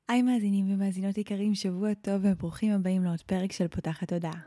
היי מאזינים ומאזינות יקרים, שבוע טוב וברוכים הבאים לעוד פרק של פותחת תודעה.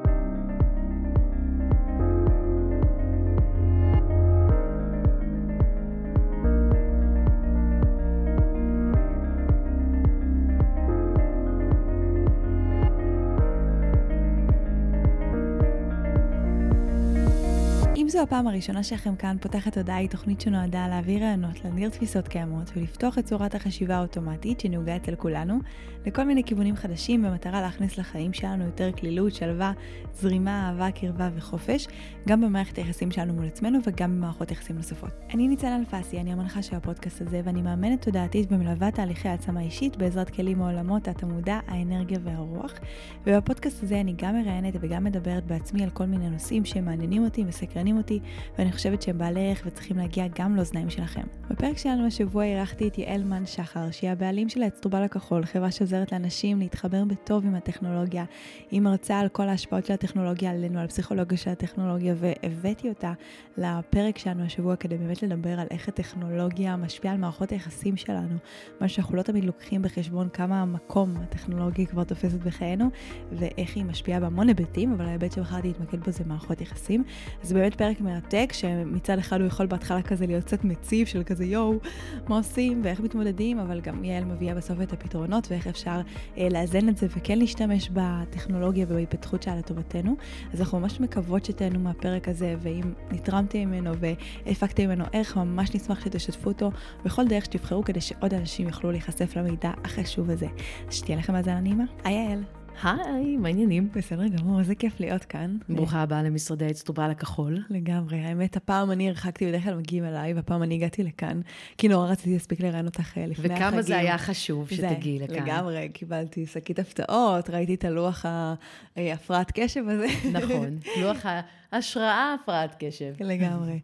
אם זו הפעם הראשונה שלכם כאן, פותחת תודעה היא תוכנית שנועדה להעביר רעיונות, להניר תפיסות קיימות ולפתוח את צורת החשיבה האוטומטית שנהוגה אצל כולנו לכל מיני כיוונים חדשים במטרה להכניס לחיים שלנו יותר כלילות, שלווה, זרימה, אהבה, קרבה וחופש, גם במערכת היחסים שלנו מול עצמנו וגם במערכות יחסים נוספות. אני ניצן אלפסי, אני המנחה של הפודקאסט הזה ואני מאמנת תודעתית ומלווה תהליכי העצמה אישית בעזרת כלים מעולמות התמודע, האנרגיה והרוח. ובפודקאסט הזה אני גם מראיינת וגם מדברת בעצמי על כל מיני נושאים שמעניינים אותי מסקרנים אותי, ואני חושבת שהם בעלי ערך וצריכים להגיע גם לאוזניים שלכם. בפרק שלנו השבוע אירחתי את יעל מן שחר, שהיא הבעלים של האצטרובל הכחול, חברה שעוזרת לאנשים להתחבר בטוב עם הטכנולוגיה. היא מרצה על כל ההשפעות של הטכנולוגיה עלינו, על פסיכולוגיה של הטכנולוגיה, והבאתי אותה לפרק שלנו השבוע כדי באמת לדבר על איך הטכנולוגיה משפיעה על מערכות היחסים שלנו, מה שאנחנו לא תמיד לוקחים בחשבון כמה המקום הטכנולוגי כבר תופסת בחיינו, ואיך היא משפיעה בהמון היבטים, אבל ההיבט שבחרתי להתמקד בו זה מערכות יחסים. אז באמת פרק מרתק, שמצד אחד הוא יכול בהתחלה כזה להיות קצת מציב של כזה יואו, מה עושים ואיך מתמודדים, אבל גם יעל מביאה בסוף את הפתרונות ואיך אפשר לאזן את זה וכן להשתמש בטכנולוגיה ובהתפתחות שלה לטובתנו. אז אנחנו ממש מקוות שתהנו מהפרק הזה, ואם נתרמתם ממנו והפקתם ממנו ערך, ממש נשמח שתשתפו אותו בכל דרך שתבחרו כדי שעוד אנשים יוכלו להיחשף למידע החשוב הזה. אז שתהיה לכם האזנה נעימה. היי יעל. היי, מה העניינים? בסדר גמור, זה כיף להיות כאן. ברוכה הבאה למשרדי האצטרובל הכחול. לגמרי, האמת, הפעם אני הרחקתי, בדרך כלל מגיעים אליי, והפעם אני הגעתי לכאן, כי נורא רציתי להספיק לראיין אותך לפני החגים. וכמה זה היה חשוב שתגיעי לכאן. לגמרי, קיבלתי שקית הפתעות, ראיתי את הלוח ההפרעת קשב הזה. נכון, לוח ההשראה הפרעת קשב. לגמרי.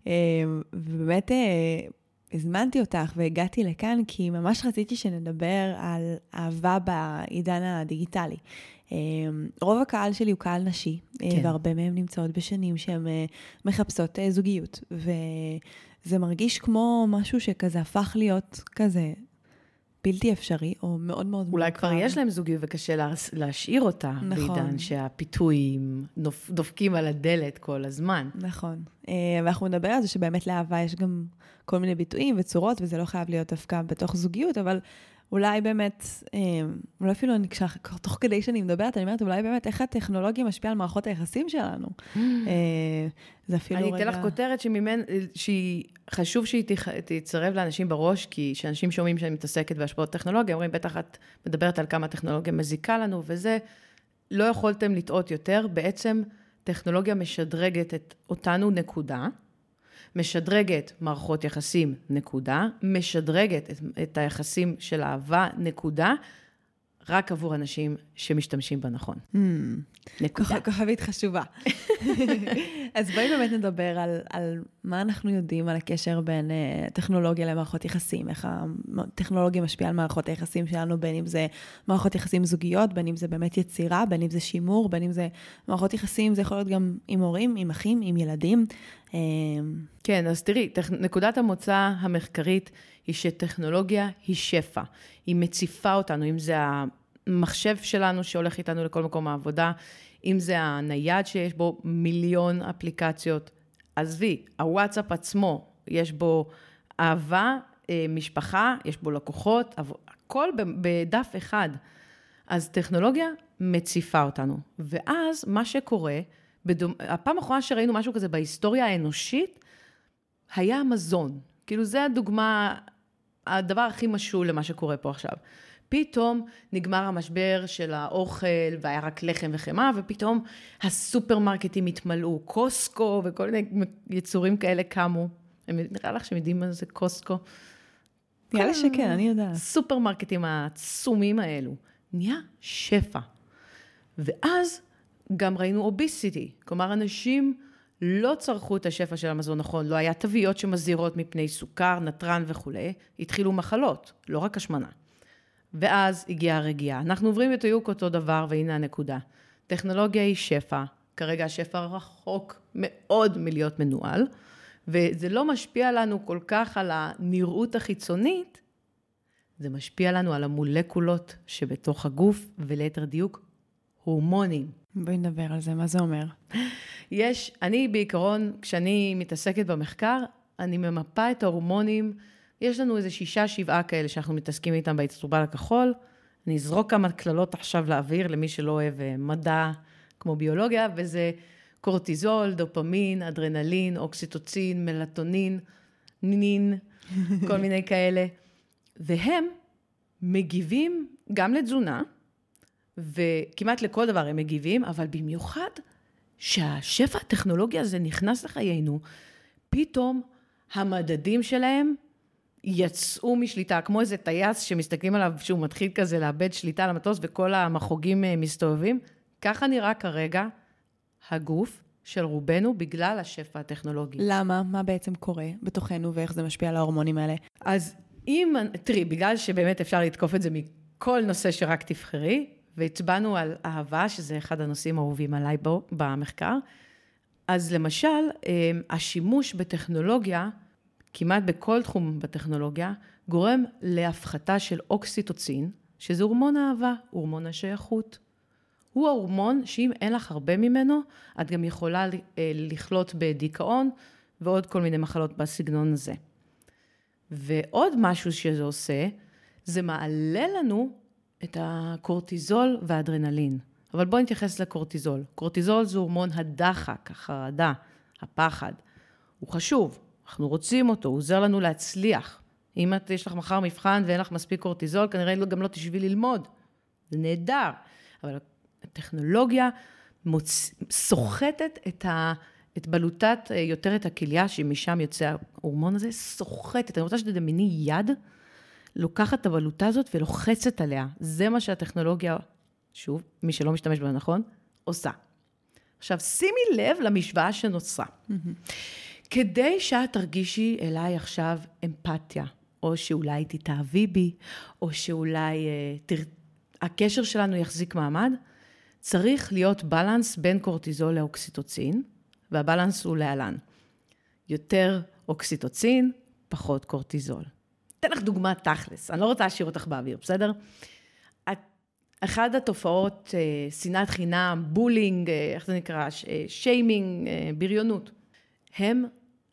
ובאמת הזמנתי אותך והגעתי לכאן, כי ממש רציתי שנדבר על אהבה בעידן הדיגיטלי. רוב הקהל שלי הוא קהל נשי, והרבה מהם נמצאות בשנים שהן מחפשות זוגיות, וזה מרגיש כמו משהו שכזה הפך להיות כזה בלתי אפשרי, או מאוד מאוד מורכב. אולי כבר יש להם זוגיות וקשה להשאיר אותה, בעידן שהפיתויים דופקים על הדלת כל הזמן. נכון. ואנחנו נדבר על זה שבאמת לאהבה יש גם כל מיני ביטויים וצורות, וזה לא חייב להיות דווקא בתוך זוגיות, אבל אולי באמת, אולי אפילו תוך כדי שאני מדברת, אני אומרת, אולי באמת איך הטכנולוגיה משפיעה על מערכות היחסים שלנו. זה אפילו רגע... אני אתן לך כותרת שהיא חשוב שהיא תצרב לאנשים בראש, כי שאנשים שומעים שאני מתעסקת בהשפעות טכנולוגיה, אומרים, בטח את מדברת על כמה טכנולוגיה מזיקה לנו, וזה לא יכולתם לטעות יותר. בעצם טכנולוגיה משדרגת את אותנו נקודה, משדרגת מערכות יחסים נקודה, משדרגת את היחסים של אהבה נקודה, רק עבור אנשים שמשתמשים בנכון. נקודה. כוכבית חשובה. אז בואי באמת נדבר על מה אנחנו יודעים על הקשר בין טכנולוגיה למערכות יחסים, איך הטכנולוגיה משפיעה על מערכות היחסים שלנו, בין אם זה מערכות יחסים זוגיות, בין אם זה באמת יצירה, בין אם זה שימור, בין אם זה מערכות יחסים, זה יכול להיות גם עם הורים, עם אחים, עם ילדים. כן, אז תראי, נקודת המוצא המחקרית היא שטכנולוגיה היא שפע. היא מציפה אותנו, אם זה המחשב שלנו שהולך איתנו לכל מקום העבודה, אם זה הנייד שיש בו מיליון אפליקציות. עזבי, הוואטסאפ עצמו, יש בו אהבה, משפחה, יש בו לקוחות, הכל בדף אחד. אז טכנולוגיה מציפה אותנו. ואז מה שקורה, הפעם האחרונה שראינו משהו כזה בהיסטוריה האנושית, היה המזון. כאילו זה הדוגמה, הדבר הכי משול למה שקורה פה עכשיו. פתאום נגמר המשבר של האוכל, והיה רק לחם וחמה, ופתאום הסופרמרקטים התמלאו, קוסקו וכל מיני יצורים כאלה קמו. נראה לך שהם יודעים מה זה קוסקו? יאללה שכן, אני יודעת. סופרמרקטים העצומים האלו. נהיה שפע. ואז גם ראינו אוביסיטי, כלומר אנשים לא צרכו את השפע של המזון נכון, לא היה תוויות שמזהירות מפני סוכר, נטרן וכו', התחילו מחלות, לא רק השמנה. ואז הגיעה הרגיעה. אנחנו עוברים בדיוק אותו דבר, והנה הנקודה. טכנולוגיה היא שפע, כרגע השפע רחוק מאוד מלהיות מנוהל, וזה לא משפיע לנו כל כך על הנראות החיצונית, זה משפיע לנו על המולקולות שבתוך הגוף, וליתר דיוק, הורמונים. בואי נדבר על זה, מה זה אומר? אני בעיקרון, כשאני מתעסקת במחקר, אני ממפה את ההורמונים, יש לנו איזה 6-7 כאלה שאנחנו מתעסקים איתם באצטרובל הכחול, אני אזרוק כמה כללות עכשיו לאוויר, למי שלא אוהב מדע כמו ביולוגיה, וזה קורטיזול, דופמין, אדרנלין, אוקסיטוצין, מלטונין, נין, כל מיני כאלה. והם מגיבים גם לתזונה, וכמעט לכל דבר הם מגיבים, אבל במיוחד שהשפע הטכנולוגיה הזה נכנס לחיינו, פתאום המדדים שלהם יצאו משליטה, כמו איזה טייס שמסתכלים עליו שהוא מתחיל כזה לאבד שליטה על המטוס, וכל המחוגים מסתובבים. ככה נראה כרגע הגוף של רובנו בגלל השפע הטכנולוגי. למה? מה בעצם קורה בתוכנו ואיך זה משפיע על ההורמונים האלה? אז תראי, בגלל שבאמת אפשר לתקוף את זה מכל נושא שרק תבחרי, והצבענו על אהבה, שזה אחד הנושאים האהובים עליי במחקר, אז למשל, השימוש בטכנולוגיה, כמעט בכל תחום בטכנולוגיה, גורם להפחתה של אוקסיטוצין, שזה הורמון האהבה, הורמון השייכות. הוא ההורמון שאם אין לך הרבה ממנו, את גם יכולה לחלות בדיכאון, ועוד כל מיני מחלות בסגנון הזה. ועוד משהו שזה עושה, זה מעלה לנו את הקורטיזול והאדרנלין. אבל בואו נתייחס לקורטיזול. קורטיזול זה הורמון הדחק, החרדה, הפחד. הוא חשוב, אנחנו רוצים אותו, הוא עוזר לנו להצליח. אם יש לך מחר מבחן ואין לך מספיק קורטיזול, כנראה גם לא תשבי ללמוד. זה נהדר. אבל הטכנולוגיה סוחטת את בלוטת יותר את הכליה, שמשם יוצא ההורמון הזה, סוחטת. אני רוצה שתדמייני יד, לוקחת את הבלוטה הזאת ולוחצת עליה. זה מה שהטכנולוגיה, שוב, מי שלא משתמש בה נכון, עושה. עכשיו, שימי לב למשוואה שנוצרה. כדי שאת תרגישי אליי עכשיו אמפתיה, או שאולי תתאהבי בי, או שאולי הקשר שלנו יחזיק מעמד, צריך להיות בלנס בין קורטיזול לאוקסיטוצין, והבלנס הוא להלן. יותר אוקסיטוצין, פחות קורטיזול. אתן לך דוגמה תכלס, אני לא רוצה להשאיר אותך באוויר, בסדר? אחד התופעות, שנאת חינם, בולינג, איך זה נקרא, שיימינג, בריונות, הם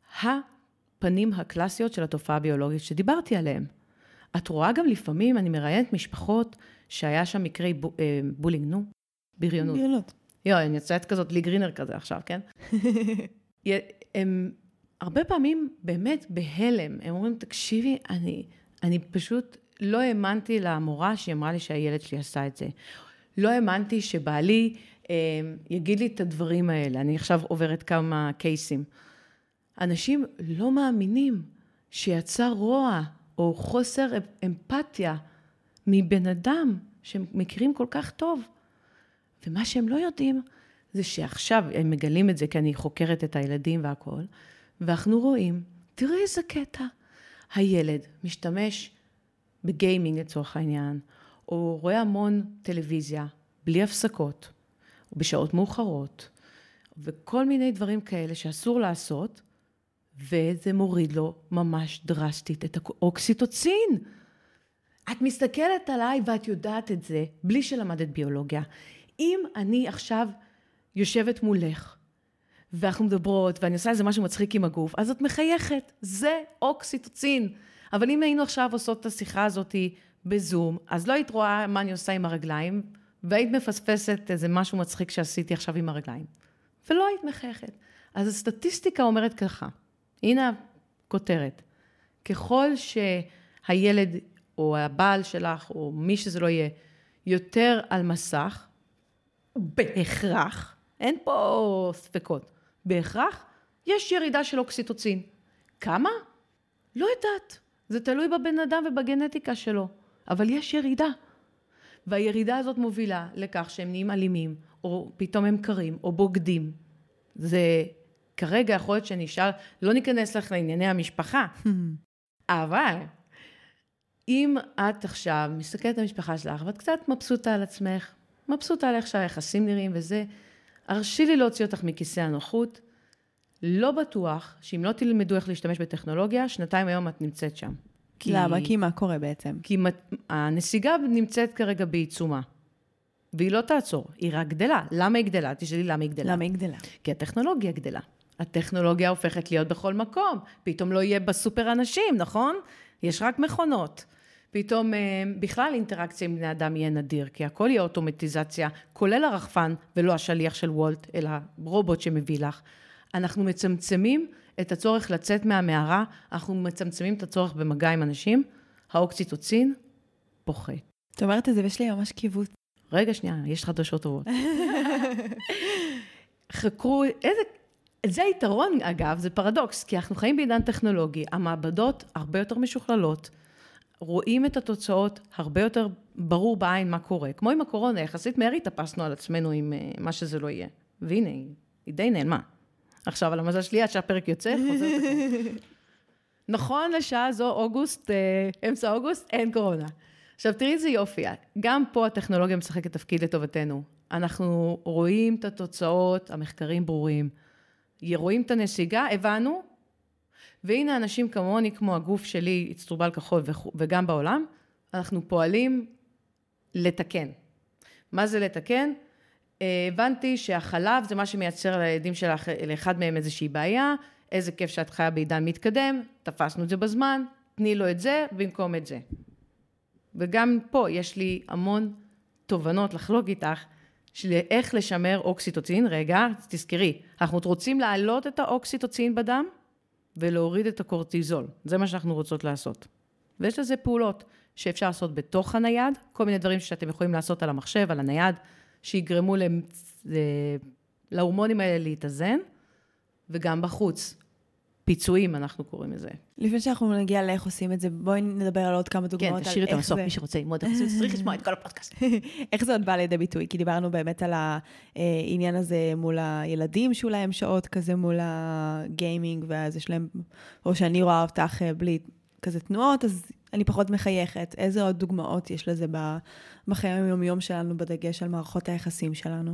הפנים הקלאסיות של התופעה הביולוגית שדיברתי עליהם. את רואה גם לפעמים, אני מראיינת משפחות שהיה שם מקרי בולינג, בריונות. בריונות. אני יוצאת כזאת לי גרינר כזה עכשיו, כן? הם הרבה פעמים באמת בהלם, הם אומרים, תקשיבי, אני פשוט לא האמנתי למורה שהיא אמרה לי שהילד שלי עשה את זה. לא האמנתי שבעלי יגיד לי את הדברים האלה. אני עכשיו עוברת כמה קייסים. אנשים לא מאמינים שיצא רוע או חוסר אמפתיה מבן אדם שהם מכירים כל כך טוב. ומה שהם לא יודעים זה שעכשיו הם מגלים את זה, כי אני חוקרת את הילדים והכל, ואנחנו רואים, תראי איזה קטע. הילד משתמש בגיימינג לצורך העניין, או רואה המון טלוויזיה, בלי הפסקות, או בשעות מאוחרות, וכל מיני דברים כאלה שאסור לעשות, וזה מוריד לו ממש דרסטית את האוקסיטוצין. את מסתכלת עליי ואת יודעת את זה, בלי שלמדת ביולוגיה. אם אני עכשיו יושבת מולך, ואנחנו מדברות, ואני עושה איזה משהו מצחיק עם הגוף, אז את מחייכת, זה אוקסיטוצין. אבל אם היינו עכשיו עושות את השיחה הזאת בזום, אז לא היית רואה מה אני עושה עם הרגליים, והיית מפספסת איזה משהו מצחיק שעשיתי עכשיו עם הרגליים. ולא היית מחייכת. אז הסטטיסטיקה אומרת ככה, הנה הכותרת, ככל שהילד או הבעל שלך, או מי שזה לא יהיה, יותר על מסך, בהכרח, אין פה ספקות, בהכרח יש ירידה של אוקסיטוצין. כמה? לא יודעת. זה תלוי בבן אדם ובגנטיקה שלו, אבל יש ירידה. והירידה הזאת מובילה לכך שהם נהיים אלימים, או פתאום הם קרים, או בוגדים. זה כרגע יכול להיות שנשאר, לא ניכנס לך לענייני המשפחה, אבל אם את עכשיו מסתכלת על המשפחה שלך, ואת קצת מבסוטה על עצמך, מבסוטה על איך שהיחסים נראים וזה, הרשי לי להוציא אותך מכיסא הנוחות, לא בטוח שאם לא תלמדו איך להשתמש בטכנולוגיה, 2 היום את נמצאת שם. למה? כי מה קורה בעצם? כי הנסיגה נמצאת כרגע בעיצומה. והיא לא תעצור, היא רק גדלה. למה היא גדלה? תשאלי למה היא גדלה. למה היא גדלה? כי הטכנולוגיה גדלה. הטכנולוגיה הופכת להיות בכל מקום. פתאום לא יהיה בסופר אנשים, נכון? יש רק מכונות. פתאום בכלל אינטראקציה עם בני אדם יהיה נדיר, כי הכל יהיה אוטומטיזציה, כולל הרחפן ולא השליח של וולט, אלא רובוט שמביא לך. אנחנו מצמצמים את הצורך לצאת מהמערה, אנחנו מצמצמים את הצורך במגע עם אנשים, האוקסיטוצין פוחת. את אומרת את זה ויש לי ממש קיבוץ. רגע שנייה, יש חדשות טובות. חקרו, זה היתרון אגב, זה פרדוקס, כי אנחנו חיים בעידן טכנולוגי, המעבדות הרבה יותר משוכללות, רואים את התוצאות הרבה יותר ברור בעין מה קורה. כמו עם הקורונה, יחסית מהר התאפסנו על עצמנו עם מה שזה לא יהיה. והנה, היא די נעלמה. עכשיו, על המזל שלי, עד שהפרק יוצא, חוזרת את נכון לשעה זו, אוגוסט, אמצע אוגוסט, אין קורונה. עכשיו, תראי איזה יופי. גם פה הטכנולוגיה משחקת תפקיד לטובתנו. אנחנו רואים את התוצאות, המחקרים ברורים, רואים את הנסיגה, הבנו, והנה אנשים כמוני, כמו הגוף שלי, הצטרובל כחול וגם בעולם, אנחנו פועלים לתקן. מה זה לתקן? הבנתי שהחלב זה מה שמייצר לילדים שלך, לאחד מהם איזושהי בעיה, איזה כיף שאת חיה בעידן מתקדם, תפסנו את זה בזמן, תני לו את זה במקום את זה. וגם פה יש לי המון תובנות לחלוק איתך, של איך לשמר אוקסיטוצין. רגע, תזכרי, אנחנו רוצים להעלות את האוקסיטוצין בדם, ולהוריד את הקורטיזול. זה מה שאנחנו רוצות לעשות. ויש לזה פעולות שאפשר לעשות בתוך הנייד, כל מיני דברים שאתם יכולים לעשות על המחשב, על הנייד, שיגרמו להורמונים האלה להתאזן, וגם בחוץ. פיצויים, אנחנו קוראים לזה. לפני שאנחנו נגיע לאיך עושים את זה, בואי נדבר על עוד כמה דוגמאות. כן, תשאיר את המסוף, מי שרוצה ללמוד, צריך לשמוע את כל הפודקאסט. איך זה עוד בא לידי ביטוי? כי דיברנו באמת על העניין הזה מול הילדים, שאולי הם שעות כזה מול הגיימינג, ואז יש להם, או שאני רואה אותך בלי כזה תנועות, אז אני פחות מחייכת. איזה עוד דוגמאות יש לזה בחיי היום-יום שלנו, בדגש על מערכות היחסים שלנו?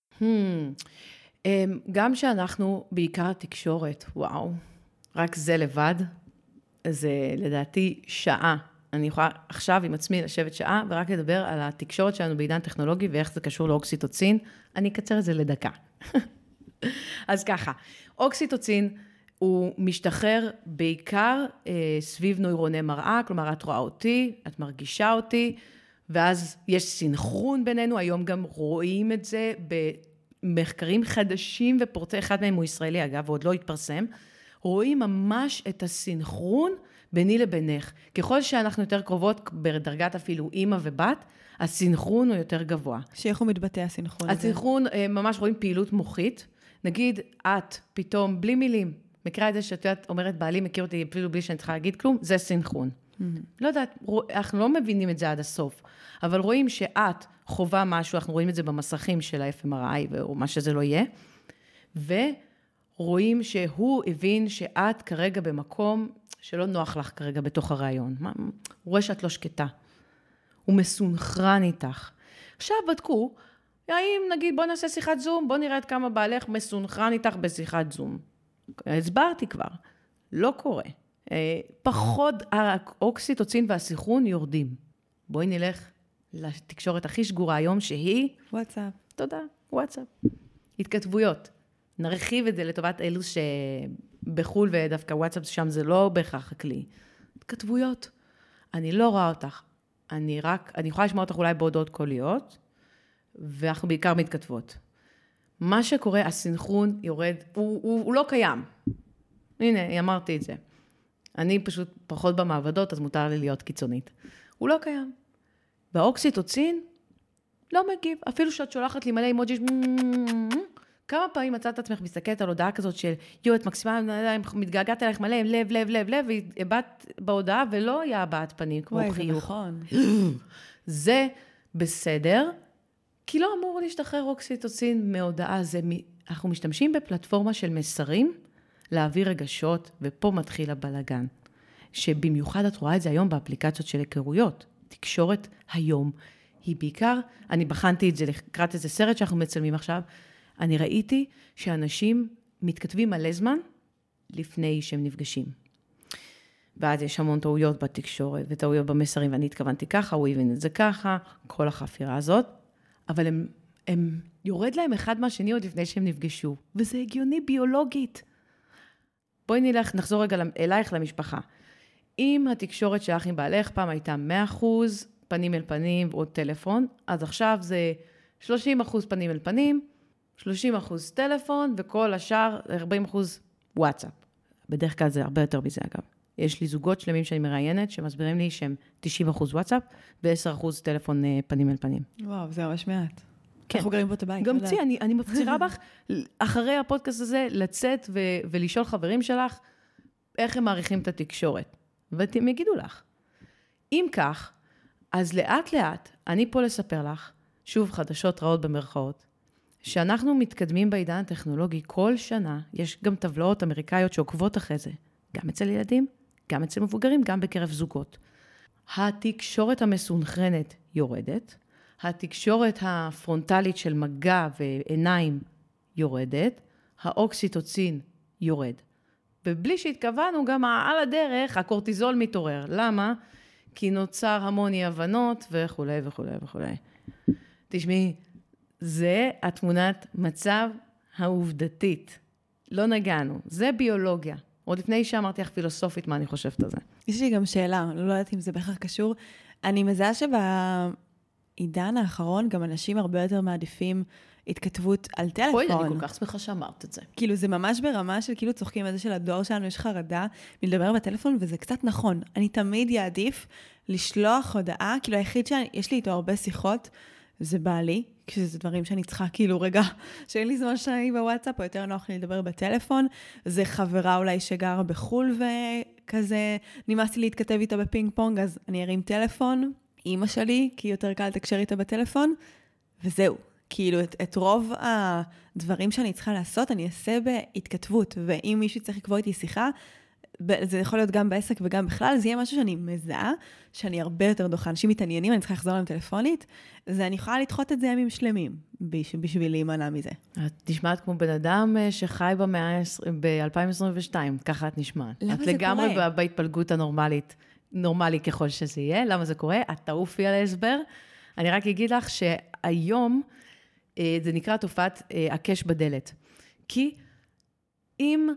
גם שאנחנו, בעיקר התקשורת, וואו, רק זה לבד, זה לדעתי שעה. אני יכולה עכשיו עם עצמי לשבת שעה, ורק לדבר על התקשורת שלנו בעידן טכנולוגי, ואיך זה קשור לאוקסיטוצין. אני אקצר את זה לדקה. אז ככה, אוקסיטוצין הוא משתחרר בעיקר סביב נוירוני מראה, כלומר, את רואה אותי, את מרגישה אותי, ואז יש סינכרון בינינו, היום גם רואים את זה במחקרים חדשים ופורצי, אחד מהם הוא ישראלי אגב, ועוד לא התפרסם, רואים ממש את הסינכרון ביני לבינך. ככל שאנחנו יותר קרובות בדרגת אפילו אמא ובת, הסינכרון הוא יותר גבוה. שאיך הוא מתבטא הסינכרון הזה? הסינכרון, ממש רואים פעילות מוחית. נגיד, את פתאום, בלי מילים, מכירה את זה שאת אומרת, בעלי מכיר אותי אפילו בלי שאני צריכה להגיד כלום, זה סינכרון. לא יודעת, אנחנו לא מבינים את זה עד הסוף, אבל רואים שאת חובה משהו, אנחנו רואים את זה במסכים של ה-FMRI, או מה שזה לא יהיה, רואים שהוא הבין שאת כרגע במקום שלא נוח לך כרגע בתוך הרעיון. הוא רואה שאת לא שקטה. הוא מסונכרן איתך. עכשיו בדקו, האם נגיד בוא נעשה שיחת זום, בוא נראה את כמה בעלך מסונכרן איתך בשיחת זום. הסברתי כבר, לא קורה. פחות האוקסיטוצין והסינכרון יורדים. בואי נלך לתקשורת הכי שגורה היום שהיא... וואטסאפ. תודה, וואטסאפ. התכתבויות. נרחיב את זה לטובת אלו שבחול ודווקא וואטסאפ שם זה לא בהכרח הכלי. התכתבויות. אני לא רואה אותך. אני יכולה לשמוע אותך אולי בהודעות קוליות, ואנחנו בעיקר מתכתבות. מה שקורה, הסינכרון יורד, הוא לא קיים. הנה, אמרתי את זה. אני פשוט פחות במעבדות, אז מותר לי להיות קיצונית. הוא לא קיים. והאוקסיטוצין לא מגיב. אפילו שאת שולחת לי מלא אימוג'יש, כמה פעמים מצאת עצמך מסתכלת על הודעה כזאת של את מקסימה, מתגעגעת אליך מלא, לב, לב, לב, לב, והבאת בהודעה ולא היה הבעת פנים כמו חיוך. וואי, זה נכון. זה בסדר, כי לא אמור להשתחרר אוקסיטוצין מהודעה. אנחנו משתמשים בפלטפורמה של מסרים, להעביר רגשות, ופה מתחיל הבלגן. שבמיוחד את רואה את זה היום באפליקציות של היכרויות. תקשורת היום היא בעיקר, אני בחנתי את זה, לקראת איזה סרט שאנחנו מצלמים עכשיו, אני ראיתי שאנשים מתכתבים מלא זמן לפני שהם נפגשים. ואז יש המון טעויות בתקשורת, וטעויות במסרים, ואני התכוונתי ככה, הוא הבין את זה ככה, כל החפירה הזאת, אבל הם יורד להם אחד מהשני עוד לפני שהם נפגשו, וזה הגיוני ביולוגית. בואי נחזור רגע אלייך למשפחה. אם התקשורת שלך עם בעלך פעם הייתה 100%, פנים אל פנים ועוד טלפון, אז עכשיו זה 30% פנים אל פנים, 30% טלפון, וכל השאר 40% וואטסאפ. בדרך כלל זה הרבה יותר מזה אגב. יש לי זוגות שלמים שאני מראיינת, שמסבירים לי שהם 90% וואטסאפ, ו10% טלפון פנים אל פנים. וואו, זה ממש מעט. כן. אנחנו גרים פה את הבית. גם צי, אני מפצירה בך, אחרי הפודקאסט הזה, לצאת ולשאול חברים שלך, איך הם מעריכים את התקשורת. והם יגידו לך. אם כך, אז לאט לאט, אני פה לספר לך, שוב חדשות רעות במרכאות, שאנחנו מתקדמים בעידן הטכנולוגי כל שנה, יש גם טבלאות אמריקאיות שעוקבות אחרי זה, גם אצל ילדים, גם אצל מבוגרים, גם בקרב זוגות. התקשורת המסונכרנת יורדת, התקשורת הפרונטלית של מגע ועיניים יורדת, האוקסיטוצין יורד. ובלי שהתכוונו, גם על הדרך הקורטיזול מתעורר. למה? כי נוצר המון אי הבנות וכו' וכו' וכו'. תשמעי, זה התמונת מצב העובדתית. לא נגענו, זה ביולוגיה. עוד לפני שאמרתי לך פילוסופית מה אני חושבת על זה. יש לי גם שאלה, לא יודעת אם זה בהכרח קשור. אני מזהה שבעידן האחרון גם אנשים הרבה יותר מעדיפים התכתבות על טלפון. אוי, אני כל כך שמחה שאמרת את זה. כאילו זה ממש ברמה של כאילו צוחקים על זה של הדור שלנו, יש חרדה מלדבר בטלפון, וזה קצת נכון. אני תמיד יעדיף לשלוח הודעה, כאילו היחיד שיש לי איתו הרבה שיחות, זה בעלי, כשזה דברים שאני צריכה כאילו רגע, שאין לי זמן שאני בוואטסאפ, או יותר נוח לי לדבר בטלפון, זה חברה אולי שגרה בחול וכזה, נמאס לי להתכתב איתה בפינג פונג, אז אני ארים טלפון, אמא שלי, כי יותר קל לתקשר איתה בטלפון, וזהו. כאילו את רוב הדברים שאני צריכה לעשות, אני אעשה בהתכתבות, ואם מישהו צריך לקבוע איתי שיחה, זה יכול להיות גם בעסק וגם בכלל, זה יהיה משהו שאני מזהה, שאני הרבה יותר דוחה. אנשים מתעניינים, אני צריכה לחזור להם טלפונית, אני יכולה לדחות את זה ימים שלמים, בשביל להימנע מזה. את נשמעת כמו בן אדם שחי ב-2022, ככה את נשמעת. למה את זה קורה? לגמרי בהתפלגות הנורמלית, נורמלי ככל שזה יהיה. למה זה קורה? את תעופי על ההסבר. אני רק אגיד לך שהיום, זה נקרא תופעת הקש בדלת. כי אם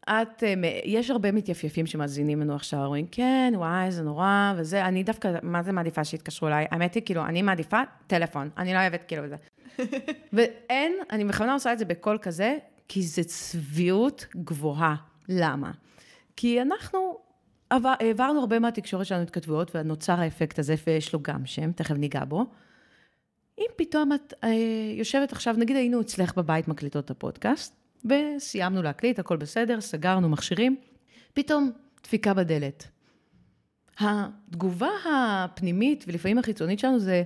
יש הרבה מתייפייפים שמאזינים לנו עכשיו, אומרים, כן, וואי, זה נורא, וזה, אני דווקא, מה זה מעדיפה שהתקשרו אליי? האמת היא, כאילו, אני מעדיפה טלפון, אני לא אוהבת כאילו זה. ואין, אני בכוונה עושה את זה בכל כזה, כי זה צביעות גבוהה. למה? כי אנחנו העברנו הרבה מהתקשורת שלנו התכתבויות, ונוצר האפקט הזה, ויש לו גם שם, תכף ניגע בו. אם פתאום את יושבת עכשיו, נגיד היינו אצלך בבית מקליטות את הפודקאסט, וסיימנו להקליט, הכל בסדר, סגרנו מכשירים, פתאום דפיקה בדלת. התגובה הפנימית ולפעמים החיצונית שלנו זה,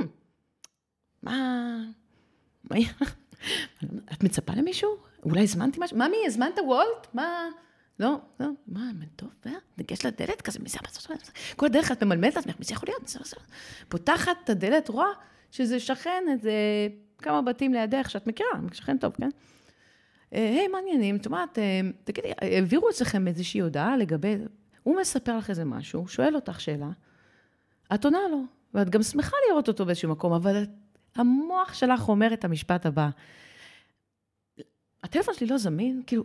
את מצפה למישהו? אולי הזמנתי משהו? ממי, הזמנת וולט? מה? לא, טוב, נגש לדלת כזה, כל הדרך את ממלמדת לעצמך, מזה יכול להיות, פותחת את הדלת, רואה שזה שכן, איזה כמה בתים לידך, שאת מכירה, שכן טוב, כן? היי, מעניינים, תאמרת, תגידי, העבירו אצלכם איזושהי הודעה לגבי, הוא מספר לך איזה משהו, שואל אותך שאלה, את עונה לו, ואת גם שמחה לראות אותו באיזשהו מקום, אבל המוח שלך אומר את המשפט הבא, הטלפון שלי לא זמין, כאילו,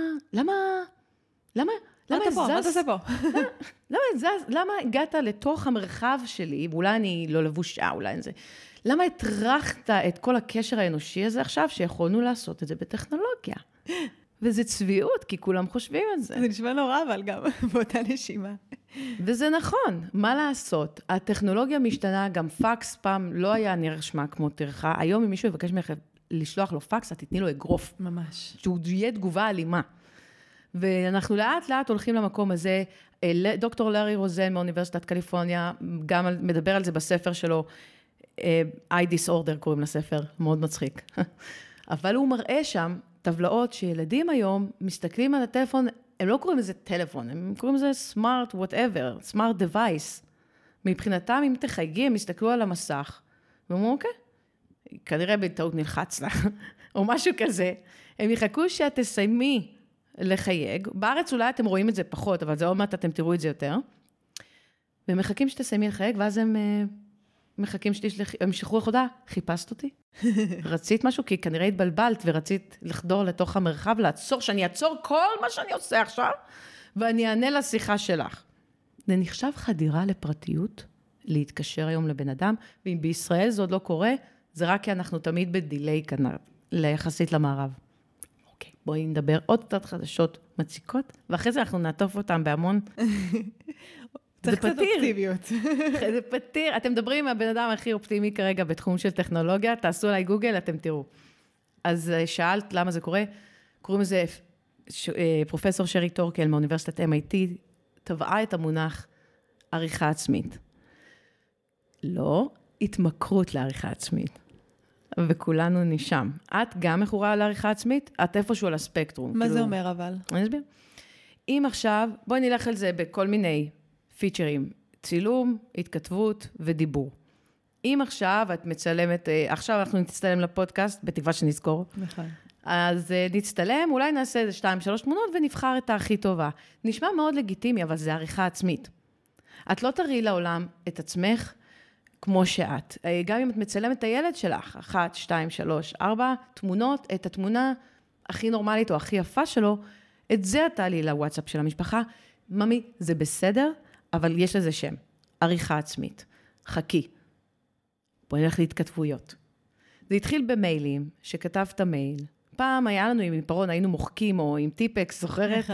למה הגעת לתוך המרחב שלי, ואולי אני לא לבושה, אולי אין זה, למה הטרחת את כל הקשר האנושי הזה עכשיו, שיכולנו לעשות את זה בטכנולוגיה? וזה צביעות, כי כולם חושבים את זה. זה נשמע נורא, אבל גם באותה נשימה. וזה נכון, מה לעשות? הטכנולוגיה משתנה, גם פקס פעם לא היה נרשמה כמו טרחה, היום אם מישהו יבקש ממך לשלוח לו פקס, את תתני לו אגרוף. ממש. שהוא יהיה תגובה אלימה. ואנחנו לאט לאט הולכים למקום הזה, דוקטור לארי רוזן מאוניברסיטת קליפורניה, גם מדבר על זה בספר שלו, I Disorder קוראים לספר, מאוד מצחיק. אבל הוא מראה שם טבלאות שילדים היום מסתכלים על הטלפון, הם לא קוראים לזה טלפון, הם קוראים לזה smart whatever, smart device. מבחינתם, אם תחייגי, הם מסתכלו על המסך, ואומרים, אוקיי, כנראה בטעות נלחץ לה, או משהו כזה. הם יחכו שאת תסיימי לחייג. בארץ אולי אתם רואים את זה פחות, אבל זה עוד מעט אתם תראו את זה יותר. והם מחכים שתסיימי לחייג, ואז הם מחכים הם שחררו לך הודעה, חיפשת אותי? רצית משהו? כי כנראה התבלבלת ורצית לחדור לתוך המרחב, לעצור, שאני אעצור כל מה שאני עושה עכשיו, ואני אענה לשיחה שלך. זה נחשב חדירה לפרטיות, להתקשר היום לבן אדם, ואם בישראל זה עוד לא קורה, זה רק כי אנחנו תמיד בדילי כנראה, ליחסית למערב. אוקיי, בואי נדבר עוד קצת חדשות מציקות, ואחרי זה אנחנו נעטוף אותם בהמון. זה פתיר. זה פתיר. אתם מדברים עם הבן אדם הכי אופטימי כרגע בתחום של טכנולוגיה, תעשו עליי גוגל, אתם תראו. אז שאלת למה זה קורה, קוראים לזה פרופסור שרי טורקל מאוניברסיטת MIT, טבעה את המונח עריכה עצמית. לא התמכרות לעריכה עצמית. וכולנו נשם. את גם מכורה לעריכה עצמית, את איפשהו על הספקטרום. מה זה אומר אבל? אני אסביר. אם עכשיו, בואי נלך על זה בכל מיני פיצ'רים, צילום, התכתבות ודיבור. אם עכשיו את מצלמת, עכשיו אנחנו נצטלם לפודקאסט, בתקווה שנזכור. נכון. אז נצטלם, אולי נעשה איזה 2-3 תמונות ונבחר את הכי טובה. נשמע מאוד לגיטימי, אבל זה עריכה עצמית. את לא תראי לעולם את עצמך כמו שאת. גם אם את מצלמת את הילד שלך, 1, 2, 3, 4 תמונות, את התמונה הכי נורמלית או הכי יפה שלו, את זה את תעלי לוואטסאפ של המשפחה. ממי, זה בסדר, אבל יש לזה שם. עריכה עצמית. חכי. בואי נלך להתכתבויות. זה התחיל במיילים, שכתבת מייל. פעם היה לנו עם עיפרון, היינו מוחקים, או עם טיפקס, זוכרת?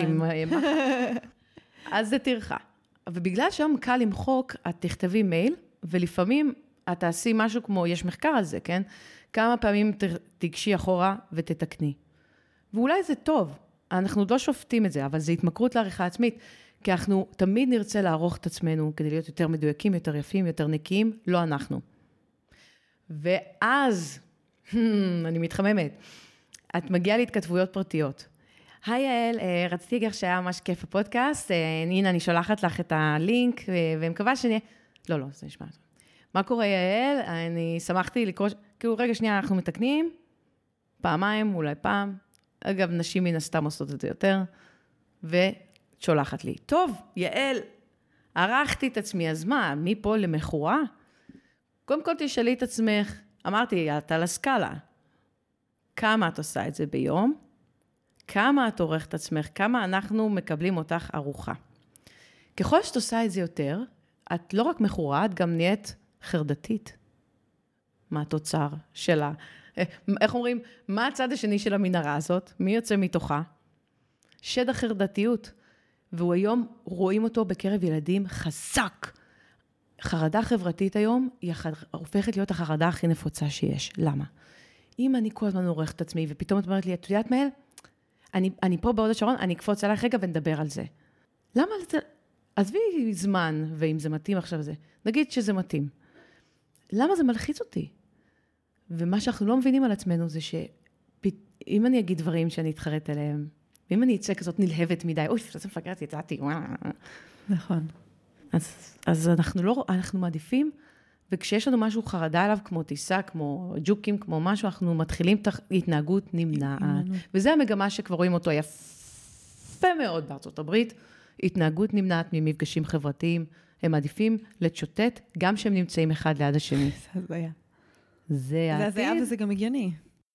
אז זה תרחה. ובגלל שהיום קל למחוק, את תכתבי מייל, ולפעמים את תעשי משהו כמו, יש מחקר על זה, כן? כמה פעמים תגשי אחורה ותתקני. ואולי זה טוב, אנחנו לא שופטים את זה, אבל זה התמכרות לעריכה עצמית, כי אנחנו תמיד נרצה לערוך את עצמנו, כדי להיות יותר מדויקים, יותר יפים, יותר נקיים, לא אנחנו. ואז, אני מתחממת, את מגיעה להתכתבויות פרטיות. היי יעל, רציתי להגיד שהיה ממש כיף הפודקאסט, הנה אני שולחת לך את הלינק, ומקווה שאני... לא, זה נשמע. מה קורה יעל? אני שמחתי לקרוא... כאילו, רגע שנייה, אנחנו מתקנים, פעמיים, אולי פעם. אגב, נשים מן הסתם עושות את זה יותר, ושולחת לי. טוב, יעל, ערכתי את עצמי, אז מה, מפה למחורה? קודם כל תשאלי את עצמך, אמרתי, את על הסקאלה. כמה את עושה את זה ביום? כמה את עורכת את עצמך? כמה אנחנו מקבלים אותך ארוחה? ככל שאת עושה את זה יותר, את לא רק מחורה, את גם נהיית חרדתית. מה התוצר שלה? איך אומרים? מה הצד השני של המנהרה הזאת? מי יוצא מתוכה? שד החרדתיות. והוא היום, רואים אותו בקרב ילדים חזק. חרדה חברתית היום, היא הופכת להיות החרדה הכי נפוצה שיש. למה? אם אני כל הזמן עורכת את עצמי, ופתאום את אומרת לי, את יודעת מהל? אני פה בהוד השרון, אני אקפוץ עליך רגע ונדבר על זה. למה זה... עזבי זמן, ואם זה מתאים עכשיו זה. נגיד שזה מתאים. למה זה מלחיץ אותי? ומה שאנחנו לא מבינים על עצמנו זה שאם אני אגיד דברים שאני אתחרט עליהם, ואם אני אצא כזאת נלהבת מדי, אוי, זה מפגרתי, יצאתי, נכון. אז אנחנו מעדיפים, וכשיש לנו משהו חרדה עליו, כמו טיסה, כמו ג'וקים, כמו משהו, אנחנו מתחילים את התנהגות נמנעת. וזה המגמה שכבר רואים אותו יפה מאוד בארצות הברית, התנהגות נמנעת ממפגשים חברתיים, הם מעדיפים לצ'וטט, גם שהם נמצאים אחד ליד השני. זה היה. זה העתיד. זה היה וזה גם הגיוני.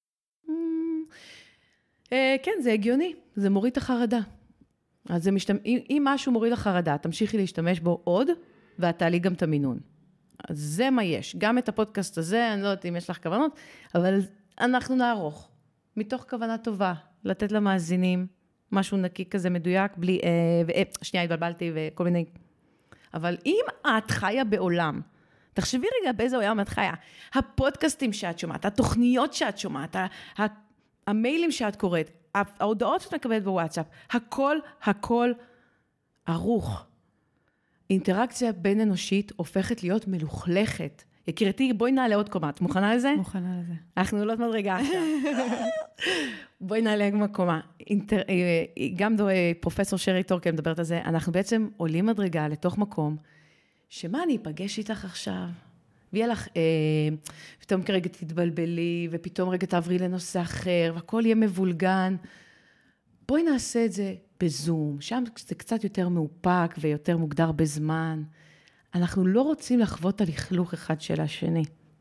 כן, זה הגיוני. זה מוריד את החרדה. אז אם משהו מוריד לחרדה, תמשיכי להשתמש בו עוד, ואת תעלי גם את המינון. אז זה מה יש. גם את הפודקאסט הזה, אני לא יודעת אם יש לך כוונות, אבל אנחנו נערוך. מתוך כוונה טובה, לתת למאזינים משהו נקי כזה מדויק, בלי... שנייה, התבלבלתי וכל מיני... אבל אם את חיה בעולם, תחשבי רגע באיזה עולם את חיה, הפודקאסטים שאת שומעת, התוכניות שאת שומעת, המיילים שאת קוראת, ההודעות שאת מקבלת בוואטסאפ, הכל ערוך. אינטראקציה בין אנושית הופכת להיות מלוכלכת. יקירתי, בואי נעלה עוד קומה. את מוכנה לזה? מוכנה לזה. אנחנו עולות מדרגה עכשיו. בואי נעלה גם קומה. גם פרופסור שרי טורקל מדברת על זה, אנחנו בעצם עולים מדרגה לתוך מקום, שמה אני אפגש איתך עכשיו? ויהיה לך, פתאום כרגע תתבלבלי, ופתאום רגע תעברי לנושא אחר, והכל יהיה מבולגן. בואי נעשה את זה בזום, שם זה קצת יותר מאופק ויותר מוגדר בזמן. אנחנו לא רוצים לחוות על לכלוך אחד של השני.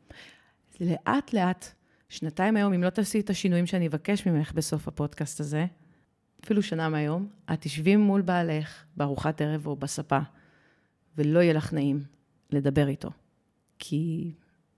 לאט לאט, 2 היום, אם לא תעשי את השינויים שאני אבקש ממך בסוף הפודקאסט הזה, אפילו שנה מהיום, את תשבי מול בעלך בארוחת ערב או בספה, ולא יהיה לך נעים לדבר איתו. כי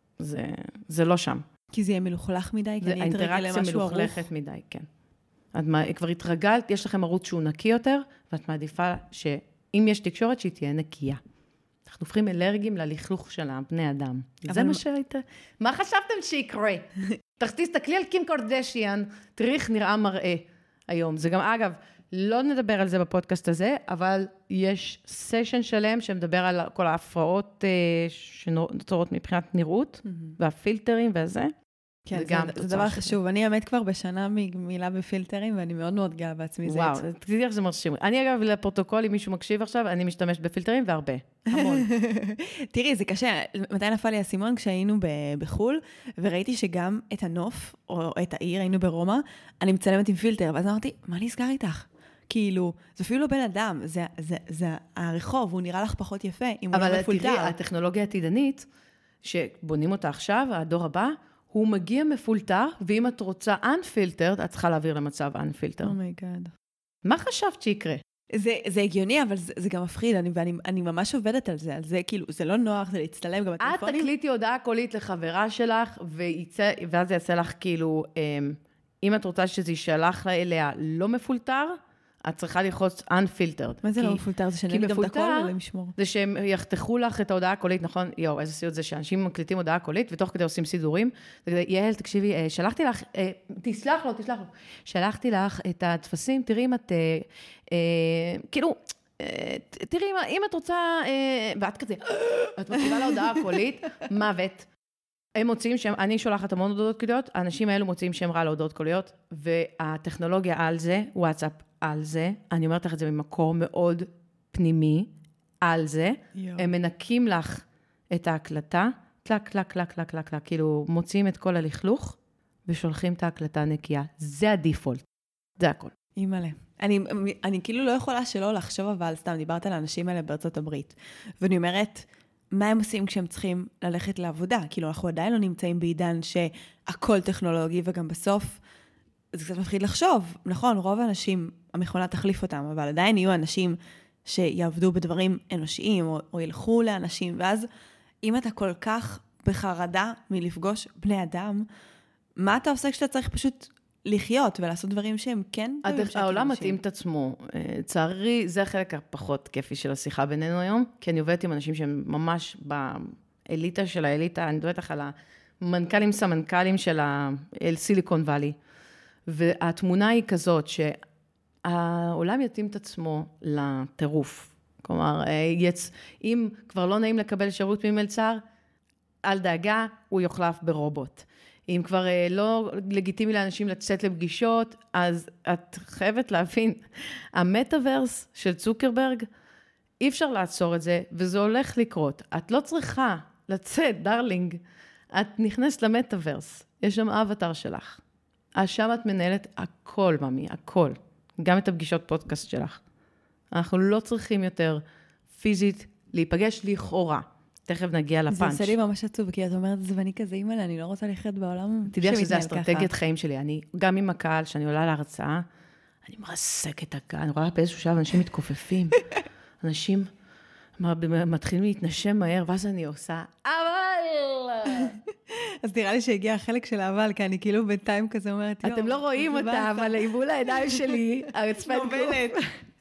זה לא שם. כי זה יהיה מלוכלך מדי, כי אני אתרגל למשהו ארוך. האינטראקציה מלוכלכת מדי, כן. את כבר התרגלת, יש לכם ערוץ שהוא נקי יותר, ואת מעדיפה שאם יש תקשורת, שהיא תהיה נקייה. אנחנו הופכים אלרגיים ללכלוך של בני אדם. זה מה שהיית... מה חשבתם שיקרה? תסתכלי על קים קרדשיאן, תראי איך נראה מראה היום. זה גם, אגב, לא נדבר על זה בפודקאסט הזה, אבל יש סשן שלם שמדבר על כל ההפרעות שנוצרות מבחינת נראות, והפילטרים וזה. כן, זה דבר חשוב. אני האמת כבר בשנה מילה בפילטרים, ואני מאוד מאוד גאה בעצמי. וואו, תגידי איך זה מרשים. אני אגב, לפרוטוקול, אם מישהו מקשיב עכשיו, אני משתמשת בפילטרים והרבה. המון. תראי, זה קשה. מתי נפל לי הסימון? כשהיינו בחול, וראיתי שגם את הנוף, או את העיר, היינו ברומא, אני מצלמת עם פילטר, ואז אמרתי, מה נסגר איתך? כאילו, זה אפילו לא בן אדם, זה הרחוב, הוא נראה לך פחות יפה, אם הוא לא מפולטר. אבל תראי, הטכנולוגיה העתידנית, שבונים אותה עכשיו, הדור הבא, הוא מגיע מפולטר, ואם את רוצה unfiltered, את צריכה להעביר למצב unfiltered. אומייגאד. מה חשבת שיקרה? זה הגיוני, אבל זה גם מפחיד, ואני ממש עובדת על זה, כאילו, זה לא נוח, זה להצטלם גם בטלפונים. את תקליטי הודעה קולית לחברה שלך, ואז זה יעשה לך כאילו, אם את רוצה שזה יישלח אליה לא מפולטר, את צריכה ללחוץ unfiltered. מה זה לא מפולטר? זה שנגיד גם את הכל או למשמור? זה שהם יחתכו לך את ההודעה הקולית, נכון? יואו, איזה סיוט זה שאנשים מקליטים הודעה קולית, ותוך כדי עושים סידורים. יעל, תקשיבי, שלחתי לך, תסלח לו. שלחתי לך את התפסים, תראי אם את, כאילו, תראי אם את רוצה, ואת כזה, את מקשיבה להודעה הקולית, מוות. הם מוצאים שהם, אני שולחת המון הודעות קוליות, האנשים האלו מוצאים שהם רע להודעות קוליות, והטכנולוגיה על זה, וואטסאפ על זה, אני אומרת לך את זה ממקור מאוד פנימי, על זה, הם מנקים לך את ההקלטה, קלק, קלק, קלק, קלק, קלק, קלק, כאילו מוציאים את כל הלכלוך, ושולחים את ההקלטה נקייה. זה הדיפולט, זה הכל. אימאלה. אני כאילו לא יכולה שלא לחשוב, אבל סתם דיברת על האנשים האלה בארצות הברית, ואני אומרת, מה הם עושים כשהם צריכים ללכת לעבודה? כאילו, אנחנו עדיין לא נמצאים בעידן שהכל טכנולוגי, וגם בסוף, זה קצת מפחיד לחשוב. נכון, רוב האנשים, המכונה תחליף אותם, אבל עדיין יהיו אנשים שיעבדו בדברים אנושיים, או ילכו לאנשים, ואז אם אתה כל כך בחרדה מלפגוש בני אדם, מה אתה עושה כשאתה צריך פשוט לחיות ולעשות דברים שהם כן... העולם מתאים את עצמו. צערי, זה החלק הפחות כיפי של השיחה בינינו היום, כי אני עובדת עם אנשים שהם ממש באליטה של האליטה, אני מדברת לך על המנכ"לים, סמנכ"לים של סיליקון ואלי, והתמונה היא כזאת שהעולם יתאים את עצמו לטירוף. כלומר, אם כבר לא נעים לקבל שירות ממלצר, על דאגה, הוא יוחלף ברובוט. אם כבר לא לגיטימי לאנשים לצאת לפגישות, אז את חייבת להבין, המטאברס של צוקרברג, אי אפשר לעצור את זה, וזה הולך לקרות. את לא צריכה לצאת, דרלינג, את נכנסת למטאברס, יש שם אבטר שלך. אז שם את מנהלת הכל, ממי, הכל. גם את הפגישות פודקאסט שלך. אנחנו לא צריכים יותר פיזית להיפגש לכאורה. תכף נגיע לפאנץ'. זה עושה לי ממש עצוב, כי את אומרת, זה ואני כזה אימא'לה, אני לא רוצה לחיות בעולם. תדעי שזה אסטרטגיית חיים שלי. אני, גם עם הקהל, שאני עולה להרצאה, אני מרסק את הקהל, אני רואה באיזשהו שלב, אנשים מתכופפים. אנשים מתחילים להתנשם מהר, ואז אני עושה, אבל... אז נראה לי שהגיע החלק של האבל, כי אני כאילו בינתיים כזה אומרת, אתם לא רואים אותה, אבל מול העיניים שלי, הרצפת גוף.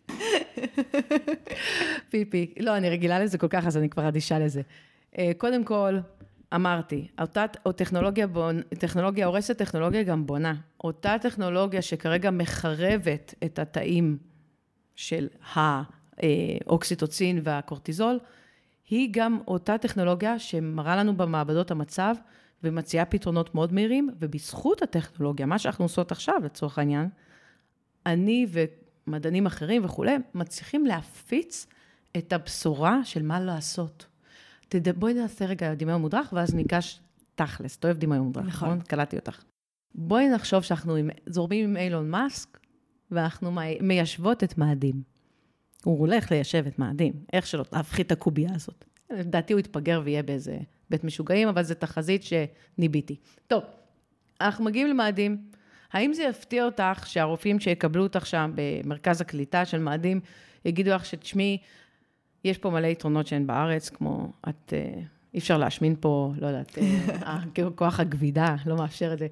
פיפי. לא, אני רגילה לזה כל כך, אז אני כבר אדישה לזה. קודם כל, אמרתי, אותה טכנולוגיה הורסת, טכנולוגיה גם בונה. אותה טכנולוגיה שכרגע מחרבת את התאים של האוקסיטוצין והקורטיזול, היא גם אותה טכנולוגיה שמראה לנו במעבדות המצב, ומציעה פתרונות מאוד מהירים, ובזכות הטכנולוגיה, מה שאנחנו עושות עכשיו, לצורך העניין, אני ומדענים אחרים וכו', מצליחים להפיץ את הבשורה של מה לעשות. בואי נעשה רגע דמיון מודרך, ואז ניגש תכלס, אתה אוהב דמיון מודרך, נכון? קלטתי אותך. בואי נחשוב שאנחנו זורמים עם אילון מאסק, ואנחנו מיישבות את מאדים. הוא הולך ליישב את מאדים, איך שלא להפחית את הקובייה הזאת. לדעתי הוא יתפגר ויהיה באיזה בית משוגעים, אבל זו תחזית שניביתי. טוב, אנחנו מגיעים למאדים. האם זה יפתיע אותך שהרופאים שיקבלו אותך שם במרכז הקליטה של מאדים, יגידו לך שתשמעי, יש פה מלא יתרונות שאין בארץ, כמו את, אי אפשר להשמין פה, לא יודעת, כוח הגבידה, לא מאפשר את זה.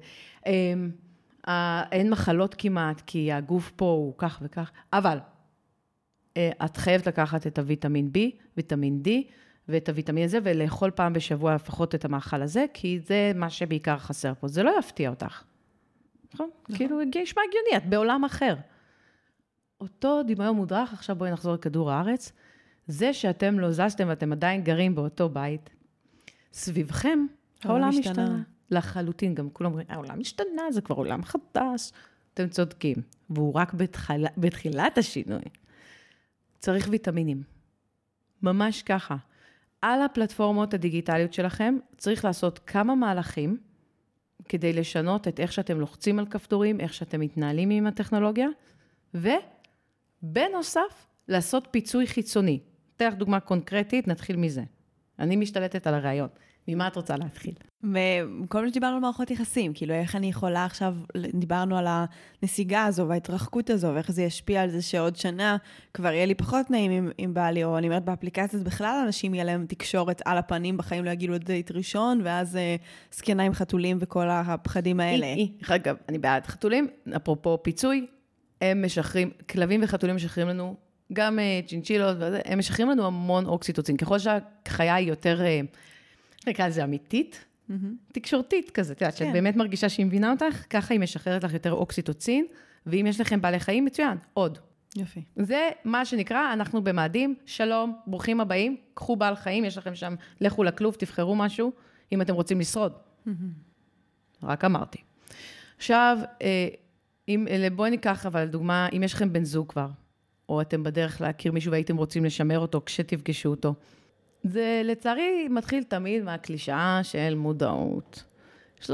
אין מחלות כמעט, כי הגוף פה הוא כך וכך, אבל את חייבת לקחת את הוויטמין B, ויטמין D, ואת הוויטמין הזה, ולאכול פעם בשבוע לפחות את המאכל הזה, כי זה מה שבעיקר חסר פה. זה לא יפתיע אותך. נכון? כאילו, ישמע הגיוני, את בעולם אחר. אותו דמיון מודרך, עכשיו בואי נחזור לכדור הארץ, זה שאתם לא זזתם ואתם עדיין גרים באותו בית, סביבכם, העולם משתנה. לחלוטין, גם כולם אומרים, העולם משתנה, זה כבר עולם חדש. אתם צודקים, והוא רק בתחילת השינוי. צריך ויטמינים. ממש ככה. על הפלטפורמות הדיגיטליות שלכם, צריך לעשות כמה מהלכים, כדי לשנות את איך שאתם לוחצים על כפתורים, איך שאתם מתנהלים עם הטכנולוגיה, ובנוסף, לעשות פיצוי חיצוני. אתן לך דוגמה קונקרטית, נתחיל מזה. אני משתלטת על הרעיון. ממה את רוצה להתחיל? וכל מה שדיברנו על מערכות יחסים, כאילו איך אני יכולה עכשיו, דיברנו על הנסיגה הזו וההתרחקות הזו, ואיך זה ישפיע על זה שעוד שנה כבר יהיה לי פחות נעים עם בעלי, או אני אומרת באפליקציות בכלל אנשים יהיה להם תקשורת על הפנים, בחיים לא יגילו את דייט ראשון, ואז סקנה עם חתולים וכל הפחדים האלה. אגב, אני בעד חתולים, אפרופו פיצוי, הם משחררים, כלבים וחתולים משחררים לנו, גם צ'ינצ'ילות, הם משחררים לנו המון אוקסיטוצין, ככל שהחיה היא יותר, נקרא לזה אמיתית, תקשורתית כזה, את יודעת, שאת באמת מרגישה שהיא מבינה אותך, ככה היא משחררת לך יותר אוקסיטוצין, ואם יש לכם בעלי חיים, מצוין, עוד. יופי. זה מה שנקרא, אנחנו במאדים, שלום, ברוכים הבאים, קחו בעל חיים, יש לכם שם, לכו לכלוב, תבחרו משהו, אם אתם רוצים לשרוד. רק אמרתי. עכשיו, בואי ניקח, אבל דוגמה, אם יש לכם בן זוג כבר, או אתם בדרך להכיר מישהו והייתם רוצים לשמר אותו כשתפגשו אותו, זה לצערי מתחיל תמיד מהקלישאה של מודעות. 30%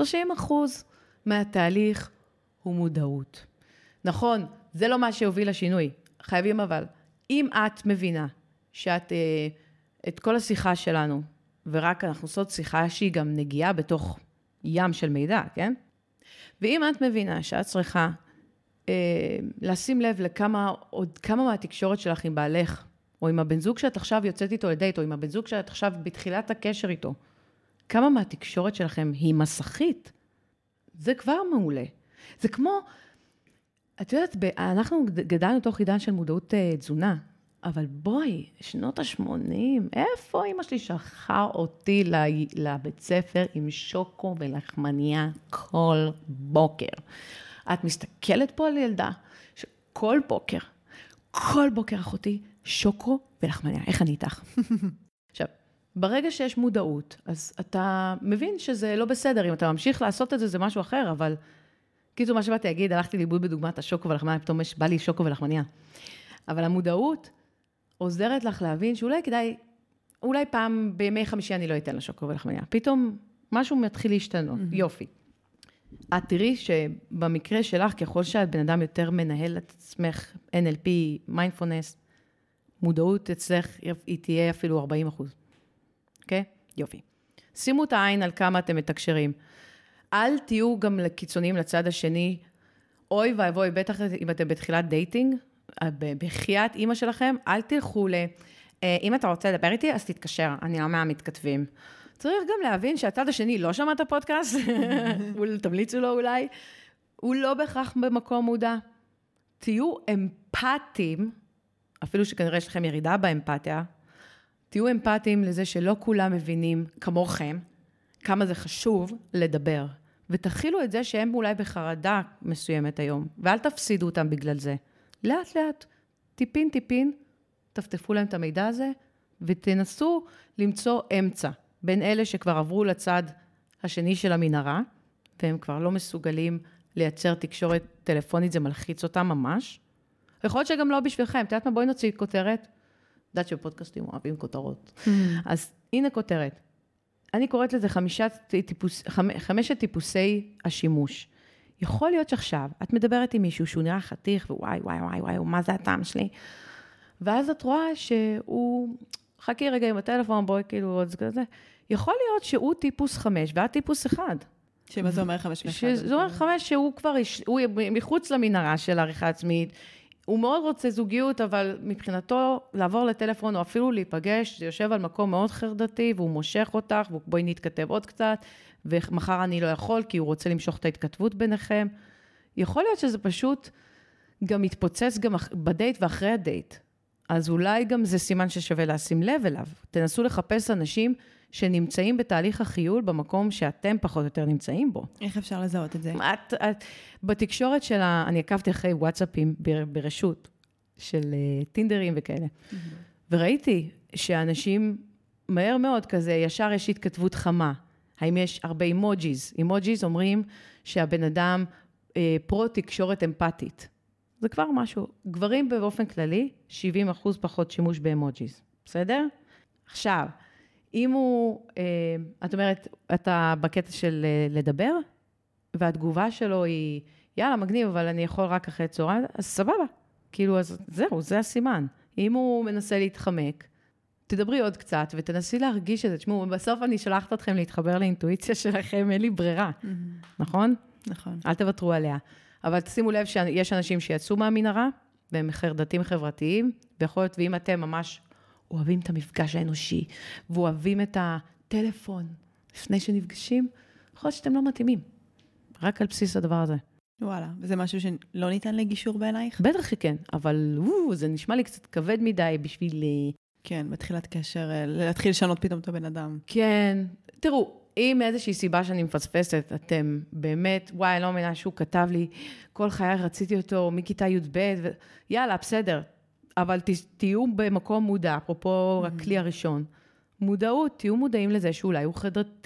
מהתהליך הוא מודעות. נכון, זה לא מה שהוביל לשינוי. חייבים אבל, אם את מבינה שאת, את כל השיחה שלנו, ורק אנחנו עושות שיחה שהיא גם נגיעה בתוך ים של מידע, כן? ואם את מבינה שאת צריכה לשים לב עוד כמה מהתקשורת שלך עם בעלך, או עם הבן זוג שאת עכשיו יוצאת איתו לדייט, או עם הבן זוג שאת עכשיו בתחילת הקשר איתו, כמה מהתקשורת שלכם היא מסכית, זה כבר מעולה. זה כמו, את יודעת, אנחנו גדלנו תוך עידן של מודעות תזונה, אבל בואי, שנות ה-80, איפה אמא שלי שלחה אותי לבית ספר עם שוקו ולחמניה כל בוקר? את מסתכלת פה על ילדה שכל בוקר אחותי, שוקו ולחמניה. איך אני איתך? עכשיו, ברגע שיש מודעות, אז אתה מבין שזה לא בסדר. אם אתה ממשיך לעשות את זה, זה משהו אחר, אבל כאילו מה שבאתי להגיד, הלכתי לאיבוד בדוגמת השוקו ולחמניה, פתאום בא לי שוקו ולחמניה. אבל המודעות עוזרת לך להבין שאולי כדאי, אולי פעם בימי חמישי אני לא אתן לה שוקו ולחמניה. פתאום משהו מתחיל להשתנות. יופי. את תראי שבמקרה שלך, ככל שאת בן אדם יותר מנהל את עצמך, NLP, מיינדפולנס, מודעות אצלך, היא תהיה אפילו 40%. אוקיי? יופי. שימו את העין על כמה אתם מתקשרים. אל תהיו גם קיצוניים לצד השני. אוי ואבוי, בטח אם אתם בתחילת דייטינג, בחיית אימא שלכם, אל תלכו אם אתה רוצה לדבר איתי, אז תתקשר. אני לא מהמתכתבים. צריך גם להבין שהצד השני לא שמע את הפודקאסט, תמליצו לו אולי, הוא לא בהכרח במקום מודע. תהיו אמפתיים, אפילו שכנראה יש לכם ירידה באמפתיה, תהיו אמפתיים לזה שלא כולם מבינים כמוכם, כמה זה חשוב לדבר, ותחילו את זה שהם אולי בחרדה מסוימת היום, ואל תפסידו אותם בגלל זה. לאט לאט, טיפין, תפתפו להם את המידע הזה, ותנסו למצוא אמצע. בין אלה שכבר עברו לצד השני של המנהרה, והם כבר לא מסוגלים לייצר תקשורת טלפונית, זה מלחיץ אותם ממש. יכול להיות שגם לא בשבילכם, את יודעת מה? בואי נוציא כותרת. יודעת שבפודקאסטים אוהבים כותרות. אז הנה כותרת. אני קוראת לזה 5 טיפוסי השימוש. יכול להיות שעכשיו, את מדברת עם מישהו שהוא נראה חתיך, ווואי, וואי, וואי, וואי, מה זה הטעם שלי? ואז את רואה שהוא, חכי רגע עם הטלפון, בואי כאילו עוד כזה. יכול להיות שהוא טיפוס 5, ואת טיפוס 1. שמה זה אומר 5 ו-1? זה אומר 5 שהוא כבר, הוא מחוץ למנהרה של עריכה עצמית, הוא מאוד רוצה זוגיות, אבל מבחינתו לעבור לטלפון, או אפילו להיפגש, זה יושב על מקום מאוד חרדתי, והוא מושך אותך, ובואי נתכתב עוד קצת, ומחר אני לא יכול, כי הוא רוצה למשוך את ההתכתבות ביניכם. יכול להיות שזה פשוט גם מתפוצץ גם בדייט ואחרי הדייט. אז אולי גם זה סימן ששווה לשים לב אליו. תנסו לחפש אנשים שנמצאים בתהליך החיול במקום שאתם פחות או יותר נמצאים בו. איך אפשר לזהות את זה? בתקשורת שלה, אני עקבתי אחרי וואטסאפים ברשות של טינדרים וכאלה. וראיתי שאנשים מהר מאוד כזה, ישר יש התכתבות חמה. האם יש הרבה אימוג'יז? אימוג'יז אומרים שהבן אדם פרו תקשורת אמפתית. זה כבר משהו. גברים באופן כללי, 70% פחות שימוש באימוג'יז. בסדר? עכשיו, אם הוא, את אומרת, אתה בקטע של לדבר, והתגובה שלו היא, יאללה, מגניב, אבל אני יכול רק אחרי צהריים, אז סבבה. כאילו, אז זהו, זה הסימן. אם הוא מנסה להתחמק, תדברי עוד קצת, ותנסי להרגיש את זה. תשמעו, בסוף אני שלחת אתכם להתחבר לאינטואיציה שלכם, אין לי ברירה. נכון? נכון. אל תוותרו עליה. אבל תשימו לב שיש אנשים שיצאו מהמנהרה, והם חרדתיים חברתיים, ויכול להיות, ואם אתם ממש אוהבים את המפגש האנושי, ואוהבים את הטלפון לפני שנפגשים, יכול להיות שאתם לא מתאימים. רק על בסיס הדבר הזה. וואלה, וזה משהו שלא ניתן לגישור בעינייך? בטח שכן, אבל זה נשמע לי קצת כבד מדי בשביל... כן, בתחילת קשר, להתחיל לשנות פתאום את הבן אדם. כן, תראו, אם מאיזושהי סיבה שאני מפספסת, אתם באמת, וואי, לא מבינה שהוא כתב לי, כל חיי רציתי אותו מכיתה י"ב, יאללה, בסדר. אבל תהיו במקום מודע, אפרופו הכלי הראשון. מודעות, תהיו מודעים לזה שאולי הוא חדרת...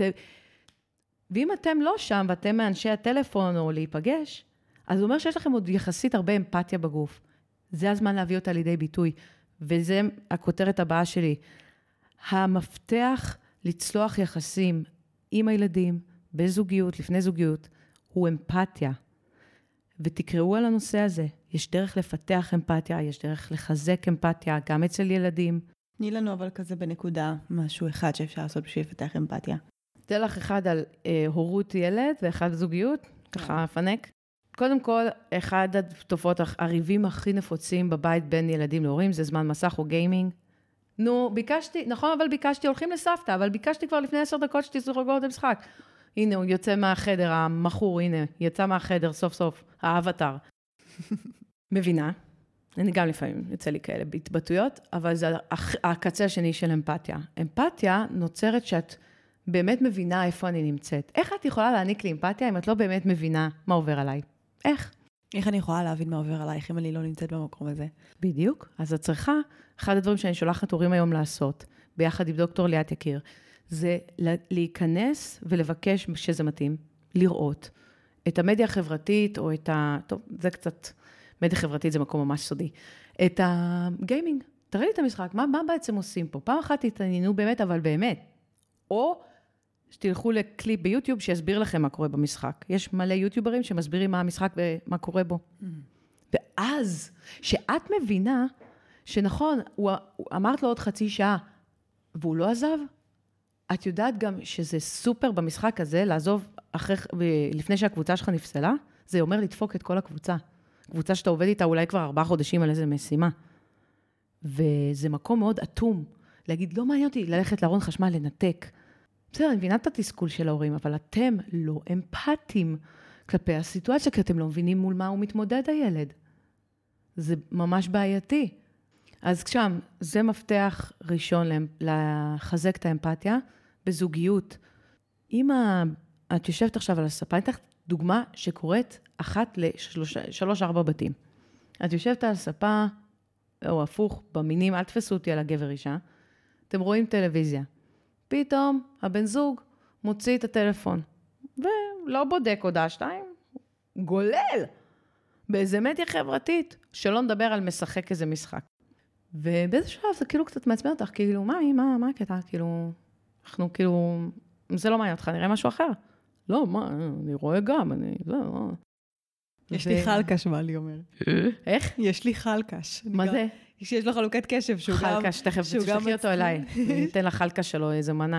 ואם אתם לא שם, ואתם מאנשי הטלפון או להיפגש, אז זה אומר שיש לכם עוד יחסית הרבה אמפתיה בגוף. זה הזמן להביא אותה לידי ביטוי. וזה הכותרת הבאה שלי. המפתח לצלוח יחסים עם הילדים, בזוגיות, לפני זוגיות, הוא אמפתיה. ותקראו על הנושא הזה. יש דרך לפתח אמפתיה, יש דרך לחזק אמפתיה, גם אצל ילדים. תני לנו אבל כזה בנקודה, משהו אחד שאפשר לעשות בשביל לפתח אמפתיה. תן לך אחד על הורות ילד ואחד זוגיות, ככה פנק. קודם כל, אחד התופעות הריבים הכי נפוצים בבית בין ילדים להורים, זה זמן מסך או גיימינג. נו, ביקשתי, נכון, אבל ביקשתי, הולכים לסבתא, אבל ביקשתי כבר לפני 10 דקות שתצטרכו לגמור את המשחק. הנה, הוא יוצא מהחדר, המחור, הנה, יצא מהחדר, סוף סוף, האבטר. מבינה? אני גם לפעמים יוצא לי כאלה בהתבטאויות, אבל זה הקצה השני של אמפתיה. אמפתיה נוצרת שאת באמת מבינה איפה אני נמצאת. איך את יכולה להעניק לי אמפתיה אם את לא באמת מבינה מה עובר עליי? איך? איך אני יכולה להבין מה עובר עלייך אם אני לא נמצאת במקום הזה? בדיוק. אז את צריכה, אחד הדברים שאני שולחת הורים היום לעשות, ביחד עם דוקטור ליאת יקיר, זה להיכנס ולבקש שזה מתאים, לראות את המדיה החברתית, או את טוב, זה קצת, מדיה חברתית זה מקום ממש סודי, את הגיימינג. תראי לי את המשחק, מה בעצם עושים פה? פעם אחת תתעניינו באמת, אבל באמת. או שתלכו לקליפ ביוטיוב שיסביר לכם מה קורה במשחק. יש מלא יוטיוברים שמסבירים מה המשחק ומה קורה בו. ואז, שאת מבינה שנכון, הוא אמרת לו עוד חצי שעה, והוא לא עזב, את יודעת גם שזה סופר במשחק הזה, לעזוב לפני שהקבוצה שלך נפסלה, זה אומר לדפוק את כל הקבוצה. קבוצה שאתה עובד איתה אולי כבר 4 חודשים על איזה משימה. וזה מקום מאוד אטום, להגיד, לא מעניין אותי ללכת לארון חשמל, לנתק. בסדר, אני מבינה את התסכול של ההורים, אבל אתם לא אמפתיים כלפי הסיטואציה, כי אתם לא מבינים מול מה הוא מתמודד הילד. זה ממש בעייתי. אז שם, זה מפתח ראשון לחזק את האמפתיה, בזוגיות. אם את יושבת עכשיו על הספה, אני אתן לך דוגמה שקורית 1 ל3-4 בתים. את יושבת על הספה, או הפוך, במינים, אל תפסו אותי על הגבר אישה, אתם רואים טלוויזיה. פתאום הבן זוג מוציא את הטלפון, ולא בודק הודעה 2, גולל באיזה מדיה חברתית, שלא נדבר על משחק איזה משחק. ובאיזה שלב זה כאילו קצת מעצבן אותך, כאילו, מה הקטע? כאילו, אנחנו כאילו, זה לא מעניין אותך, נראה משהו אחר. לא, מה, אני רואה גם, יש לי חלקש, מה לי אומר. איך? יש לי חלקש. מה זה? שיש לו חלוקת קשב, שהוא גם... חלקש, תכף תשלחי אותו אליי. ניתן לחלקש שלו איזה מנה.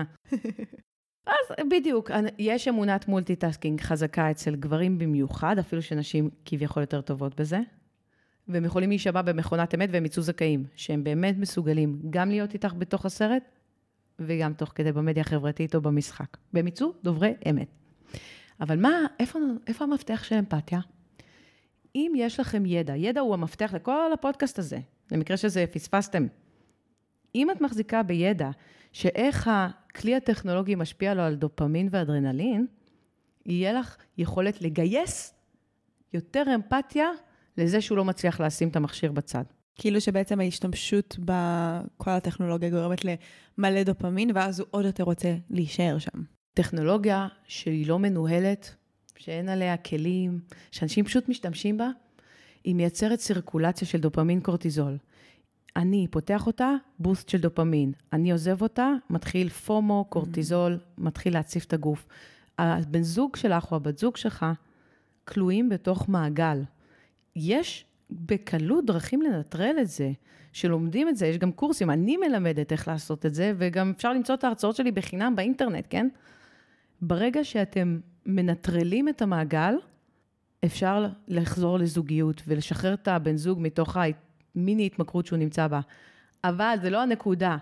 אז בדיוק, יש אמונת מולטיטאסקינג חזקה אצל גברים במיוחד, אפילו שנשים כביכול יותר טובות בזה, והם יכולים להישבע במכונת אמת והם יצאו זכאים, שהם באמת מסוגלים גם להיות איתך בתוך הסרט, וגם תוך כדי במדיה החברתית או במשחק. והם יצאו דוברי אמת. אבל איפה המפתח של אמפתיה? אם יש לכם ידע הוא המפתח לכל הפודקאסט הזה, למקרה שזה פספסתם. אם את מחזיקה בידע שאיך הכלי הטכנולוגי משפיע לו על דופמין ואדרנלין, יהיה לך יכולת לגייס יותר אמפתיה לזה שהוא לא מצליח לשים את המכשיר בצד. כאילו שבעצם ההשתמשות בכל הטכנולוגיה גורמת למלא דופמין, ואז הוא עוד יותר רוצה להישאר שם. טכנולוגיה שהיא לא מנוהלת, שאין עליה כלים, שאנשים פשוט משתמשים בה, היא מייצרת סירקולציה של דופמין קורטיזול. אני פותח אותה, בוסט של דופמין. אני עוזב אותה, מתחיל פומו, קורטיזול, מתחיל להציף את הגוף. הבן זוג שלך או הבת זוג שלך, כלואים בתוך מעגל. יש בקלות דרכים לנטרל את זה, שלומדים את זה, יש גם קורסים, אני מלמדת איך לעשות את זה, וגם אפשר למצוא את ההרצאות שלי בחינם באינטרנט, כן? ברגע שאתם מנטרלים את המעגל, אפשר לחזור לזוגיות ולשחרר את הבן זוג מתוך המיני התמכרות שהוא נמצא בה. אבל זה לא הנקודה.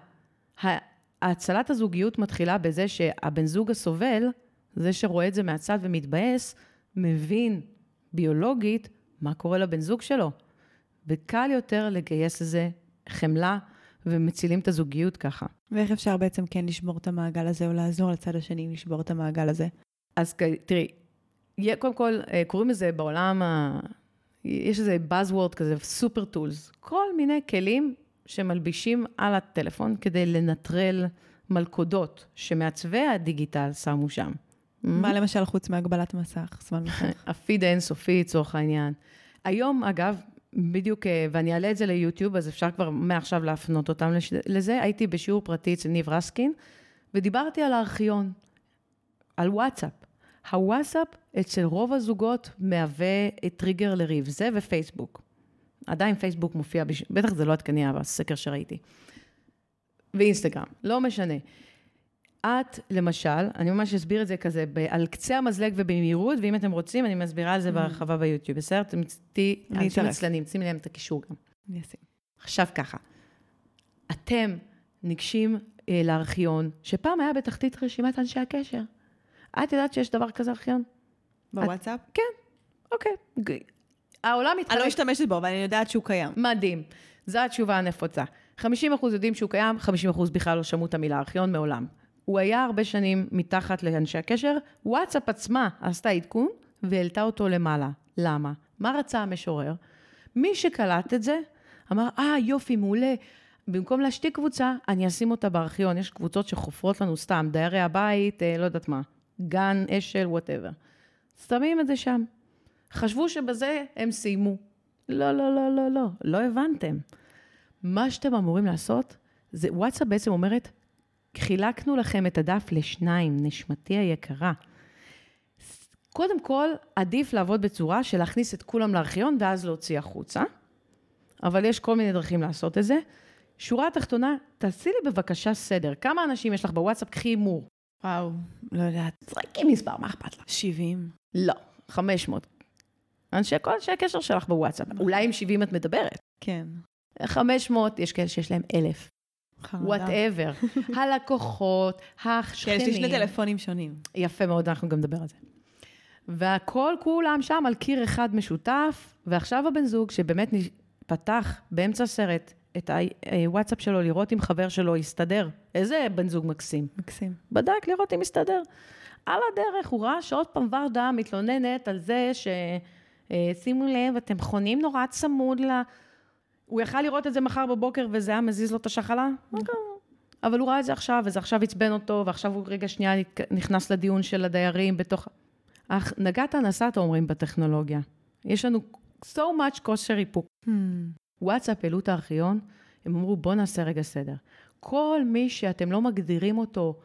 הצלת הזוגיות מתחילה בזה שהבן זוג הסובל, זה שרואה את זה מהצד ומתבאס, מבין ביולוגית מה קורה לבן זוג שלו. וקל יותר לגייס לזה חמלה ומצילים את הזוגיות ככה. ואיך אפשר בעצם כן לשבור את המעגל הזה, או לעזור לצד השני לשבור את המעגל הזה? אז תראי, קודם כל, קוראים לזה בעולם, יש איזה buzzword כזה, super tools, כל מיני כלים שמלבישים על הטלפון, כדי לנטרל מלכודות שמעצבי הדיגיטל שמו שם. מה למשל חוץ מהגבלת מסך, זמן מסך? הפיד האינסופי, צורך העניין. היום, אגב, בדיוק, ואני אעלה את זה ליוטיוב, אז אפשר כבר מעכשיו להפנות אותם לזה. הייתי בשיעור פרטי אצל ניב רסקין, ודיברתי על הארכיון, על וואטסאפ. הוואטסאפ אצל רוב הזוגות מהווה טריגר לריב, זה ופייסבוק. עדיין פייסבוק מופיע, בטח זה לא עדכני, אבל הסקר שראיתי. ואינסטגרם, לא משנה. את, למשל, אני ממש אסביר את זה כזה, על קצה המזלג ובמהירות, ואם אתם רוצים, אני מסבירה על זה בהרחבה ביוטיוב. בסדר? אתם אנשים עצלנים, שימי להם את הקישור גם. אני אשים. עכשיו ככה, אתם ניגשים לארכיון, שפעם היה בתחתית רשימת אנשי הקשר. את יודעת שיש דבר כזה ארכיון? בוואטסאפ? כן, אוקיי. העולם מתחלק... אני לא משתמשת בו, אבל אני יודעת שהוא קיים. מדהים. זו התשובה הנפוצה. 50% יודעים שהוא קיים, 50% בכלל לא שמעו את המילה ארכיון מעולם. הוא היה הרבה שנים מתחת לאנשי הקשר, וואטסאפ עצמה עשתה עדכון, והעלתה אותו למעלה. למה? מה רצה המשורר? מי שקלט את זה, אמר, יופי, מעולה. במקום להשתיק קבוצה, אני אשים אותה בארכיון. יש קבוצות שחופרות לנו סתם, דיירי הבית, לא יודעת מה, גן, אשל, whatever. שמים את זה שם. חשבו שבזה הם סיימו. לא, לא, לא, לא, לא. לא הבנתם. מה שאתם אמורים לעשות, זה וואטסאפ בעצם אומרת, חילקנו לכם את הדף לשניים, נשמתי היקרה. קודם כל, עדיף לעבוד בצורה של להכניס את כולם לארכיון, ואז להוציא החוצה. אבל יש כל מיני דרכים לעשות את זה. שורה התחתונה, תעשי לי בבקשה סדר. כמה אנשים יש לך בוואטסאפ? קחי הימור. וואו, לא יודעת. זרקי מספר, מה אכפת לך? 70. לא, 500. כל אנשי הקשר שלך בוואטסאפ. אולי עם 70 את מדברת. כן. 500, יש כאלה שיש להם 1,000. whatever. הלקוחות, השכנים. יש לי שני טלפונים שונים. יפה מאוד, אנחנו גם נדבר על זה. והכל כולם שם על קיר אחד משותף, ועכשיו הבן זוג שבאמת פתח באמצע הסרט את הוואטסאפ שלו, לראות אם חבר שלו יסתדר. איזה בן זוג מקסים. מקסים. בדק לראות אם יסתדר. על הדרך הוא ראה שעוד פעם ורדה מתלוננת על זה שימו לב, אתם חונים נורא צמוד לה. הוא יכל לראות את זה מחר בבוקר וזה היה מזיז לו את השחלה? אבל הוא ראה את זה עכשיו, וזה עכשיו עצבן אותו, ועכשיו הוא רגע שנייה נכנס לדיון של הדיירים בתוך... נגעת נסעת אומרים בטכנולוגיה. יש לנו so much כושר איפוק. וואטסאפ העלו את הארכיון, הם אמרו בוא נעשה רגע סדר. כל מי שאתם לא מגדירים אותו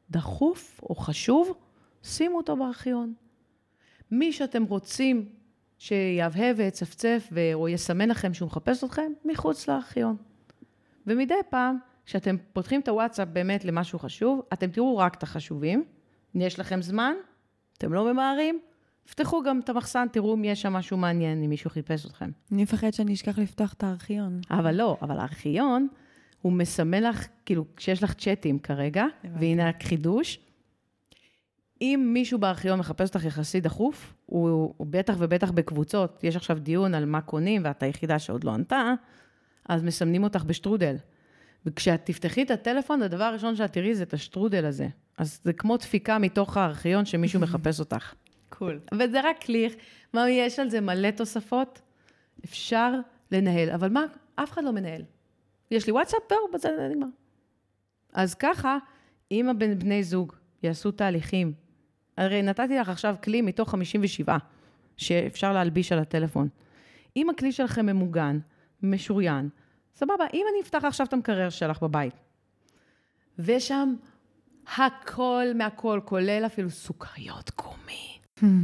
דחוף או חשוב, שימו אותו בארכיון. מי שאתם רוצים שיהבהב ויצפצף או יסמן לכם שהוא מחפש אתכם מחוץ לארכיון. ומדי פעם, כשאתם פותחים את הוואטסאפ באמת למשהו חשוב, אתם תראו רק את החשובים. יש לכם זמן, אתם לא ממהרים, פתחו גם את המחסן, תראו אם יש שם משהו מעניין, אם מישהו חיפש אתכם. אני מפחד שאני אשכח לפתוח את הארכיון. אבל לא, אבל הארכיון, הוא מסמן לך, כאילו, כשיש לך צ'אטים כרגע, והנה החידוש, אם מישהו בארכיון מחפש אותך יחסית דחוף, הוא בטח ובטח בקבוצות, יש עכשיו דיון על מה קונים, ואת היחידה שעוד לא ענתה, אז מסמנים אותך בשטרודל. וכשאת תפתחי את הטלפון, הדבר הראשון שאת תראי זה את השטרודל הזה. אז זה כמו דפיקה מתוך הארכיון שמישהו מחפש אותך. קול. וזה רק קליך, מה יש על זה מלא תוספות, אפשר לנהל, אבל מה, אף אחד לא מנהל. יש לי וואטסאפ, בזה נגמר. אז ככה, אם בני זוג יעשו תהליכים, הרי נתתי לך עכשיו כלי מתוך 57, שאפשר להלביש על הטלפון. אם הכלי שלכם ממוגן, משוריין, סבבה, אם אני אפתח עכשיו את המקרר שלך בבית, ושם הכל מהכל, כולל אפילו סוכריות קומי,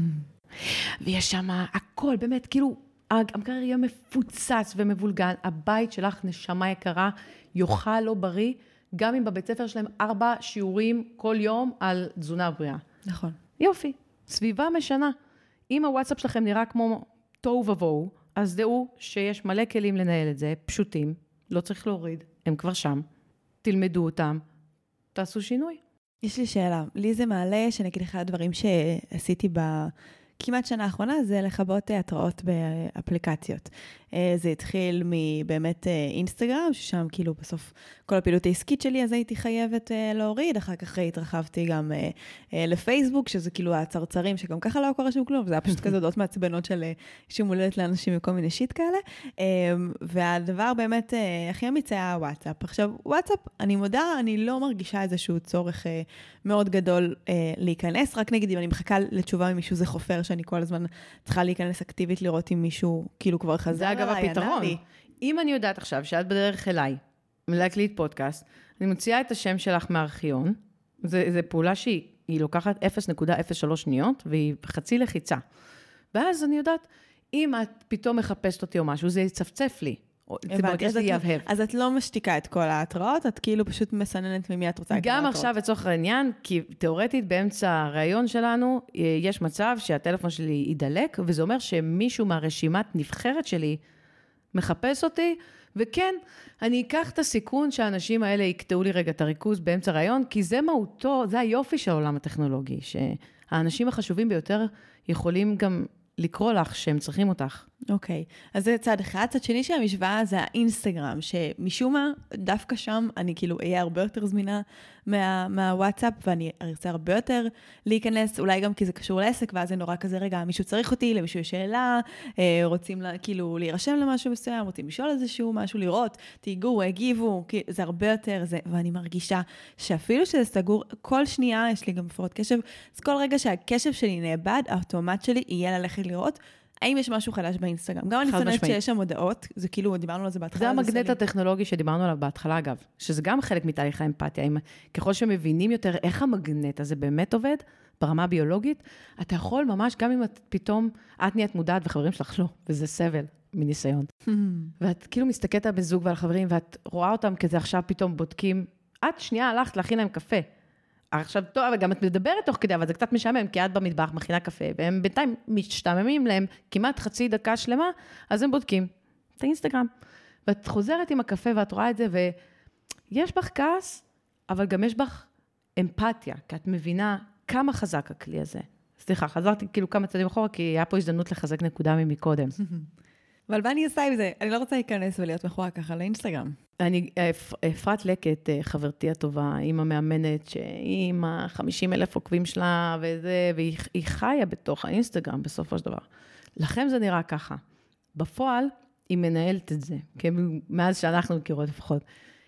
ויש שם הכל, באמת, כאילו, המקרר יהיה מפוצץ ומבולגן, הבית שלך נשמה יקרה, יאכל לא בריא, גם אם בבית ספר שלהם 4 שיעורים כל יום על תזונה בריאה. נכון. יופי, סביבה משנה. אם הוואטסאפ שלכם נראה כמו תוהו ובוהו, אז דעו שיש מלא כלים לנהל את זה, פשוטים, לא צריך להוריד, הם כבר שם, תלמדו אותם, תעשו שינוי. יש לי שאלה, לי זה מעלה שנגיד אחד הדברים שעשיתי כמעט שנה האחרונה, זה לחבות התראות באפליקציות. זה התחיל מבאמת אינסטגרם, ששם כאילו בסוף כל הפעילות העסקית שלי, אז הייתי חייבת להוריד, אחר כך התרחבתי גם לפייסבוק, שזה כאילו הצרצרים, שגם ככה לא קורה שום כלום, זה היה פשוט כזה הודעות מעצבנות של שמולדת לאנשים וכל מיני שיט כאלה, והדבר באמת הכי אמיץ היה וואטסאפ. עכשיו, וואטסאפ, אני מודה, אני לא מרגישה איזשהו צורך מאוד גדול להיכנס, רק נגיד אם אני מחכה לתשובה ממישהו זה חופר, שאני כל הזמן צריכה להיכנס אקטיבית לראות אם מישהו כאילו כבר חזר. זה אגב הפתרון. אם אני יודעת עכשיו שאת בדרך אליי, להקליט פודקאסט, אני מוציאה את השם שלך מהארכיון, זו פעולה שהיא לוקחת 0.03 שניות, והיא חצי לחיצה. ואז אני יודעת, אם את פתאום מחפשת אותי או משהו, זה יצפצף לי. אז את לא משתיקה את כל ההתראות, את כאילו פשוט מסננת ממי את רוצה את ההתראות. גם עכשיו לצורך העניין, כי תיאורטית באמצע הרעיון שלנו, יש מצב שהטלפון שלי ידלק, וזה אומר שמישהו מהרשימת נבחרת שלי מחפש אותי, וכן, אני אקח את הסיכון שהאנשים האלה יקטעו לי רגע את הריכוז באמצע הרעיון, כי זה מהותו, זה היופי של העולם הטכנולוגי, שהאנשים החשובים ביותר יכולים גם לקרוא לך שהם צריכים אותך. אוקיי, אז זה צד אחד. צד שני של המשוואה זה האינסטגרם, שמשום מה, דווקא שם אני כאילו אהיה הרבה יותר זמינה מהוואטסאפ, ואני ארצה הרבה יותר להיכנס, אולי גם כי זה קשור לעסק, ואז זה נורא כזה, רגע, מישהו צריך אותי, למישהו יש שאלה, רוצים כאילו להירשם למשהו מסוים, רוצים לשאול איזשהו משהו, לראות, תיגעו, הגיבו, זה הרבה יותר, ואני מרגישה שאפילו שזה סגור, כל שנייה, יש לי גם הפרעות קשב, אז כל רגע שהקשב שלי נאבד, האוטומט שלי יהיה ללכת לראות, האם יש משהו חדש באינסטגרם? גם אני שונאת שיש שם הודעות, זה כאילו, דיברנו על זה בהתחלה. זה המגנט הטכנולוגי שדיברנו עליו בהתחלה, אגב, שזה גם חלק מתהליך האמפתיה. ככל שמבינים יותר איך המגנט הזה באמת עובד, ברמה הביולוגית, אתה יכול ממש, גם אם את פתאום, את נהיית מודעת וחברים שלך לא, וזה סבל מניסיון. ואת כאילו מסתכלת על בזוג ועל חברים, ואת רואה אותם כזה עכשיו פתאום בודקים, את שנייה הלכת להכין להם קפה. עכשיו, טוב, וגם את מדברת תוך כדי, אבל זה קצת משעמם, כי את במטבח מכינה קפה, והם בינתיים משתעממים להם כמעט חצי דקה שלמה, אז הם בודקים את האינסטגרם. ואת חוזרת עם הקפה ואת רואה את זה, ויש בך כעס, אבל גם יש בך אמפתיה, כי את מבינה כמה חזק הכלי הזה. סליחה, חזרתי כאילו כמה צעדים אחורה, כי היה פה הזדמנות לחזק נקודה ממקודם. אבל מה אני עושה עם זה? אני לא רוצה להיכנס ולהיות מכורה ככה לאינסטגרם. אפרת לקט, חברתי הטובה, היא המאמנת, שהיא עם 50,000 עוקבים שלה, והיא חיה בתוך האינסטגרם בסופו של דבר. לכם זה נראה ככה. בפועל, היא מנהלת את זה, מאז שאנחנו מכירות לפחות.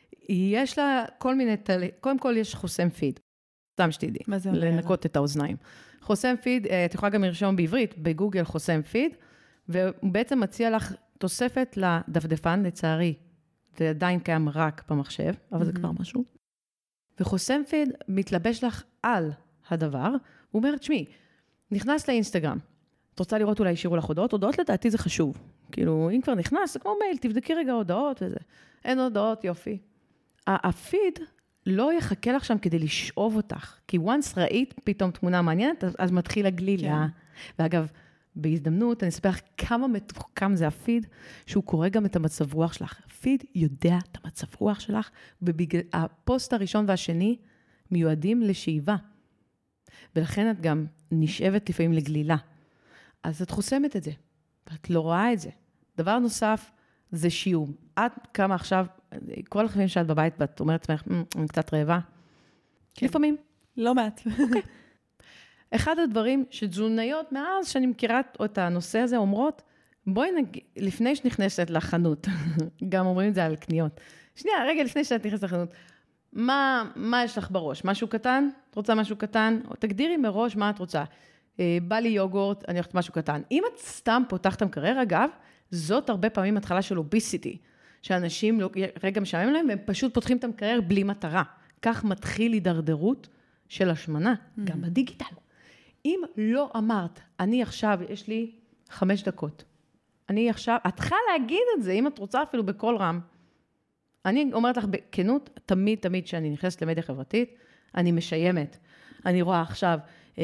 יש לה כל מיני, קודם כל יש חוסם פיד. סתם שתדעי, לנקות את האוזניים. חוסם פיד, את יכולה גם לרשום בעברית, בגוגל חוסם פיד, והוא בעצם מציע לך תוספת לדפדפן, לצערי, זה עדיין קיים רק במחשב, אבל זה כבר משהו. וחוסם פיד מתלבש לך על הדבר, הוא אומר, תשמעי, נכנס לאינסטגרם, את רוצה לראות אולי השאירו לך הודעות? הודעות לדעתי זה חשוב. כאילו, אם כבר נכנס, זה כמו מייל, תבדקי רגע הודעות וזה. אין הודעות, יופי. הפיד לא יחכה לך שם כדי לשאוב אותך, כי once ראית פתאום תמונה מעניינת, אז מתחיל הגלילה. ואגב, בהזדמנות, אני אספר לך כמה מתוחכם זה הפיד, שהוא קורא גם את המצב רוח שלך. הפיד יודע את המצב רוח שלך, והפוסט הראשון והשני מיועדים לשאיבה. ולכן את גם נשאבת לפעמים לגלילה. אז את חוסמת את זה, ואת לא רואה את זה. דבר נוסף, זה שיעור. את כמה עכשיו, כל החברים שאת בבית, ואת אומרת לעצמך, אני קצת רעבה. כן. לפעמים. לא מעט. אוקיי. אחד הדברים שתזונאיות, מאז שאני מכירה את הנושא הזה, אומרות, בואי נגיד, לפני שנכנסת לחנות, גם אומרים את זה על קניות. שנייה, רגע, לפני שאת נכנסת לחנות, מה יש לך בראש? משהו קטן? את רוצה משהו קטן? או תגדירי מראש מה את רוצה. בא לי יוגורט, אני הולכת משהו קטן. אם את סתם פותחת המקרר, אגב, זאת הרבה פעמים התחלה של אוביסיטי, שאנשים רגע משעמם להם, והם פשוט פותחים את המקרר בלי מטרה. כך מתחיל הידרדרות של השמנה, גם בדיגיטל. אם לא אמרת, אני עכשיו, יש לי 5 דקות. אני עכשיו, את צריכה להגיד את זה, אם את רוצה אפילו בכל רם. אני אומרת לך בכנות, תמיד שאני נכנסת למדיה חברתית, אני משיימת. אני רואה עכשיו 12:25,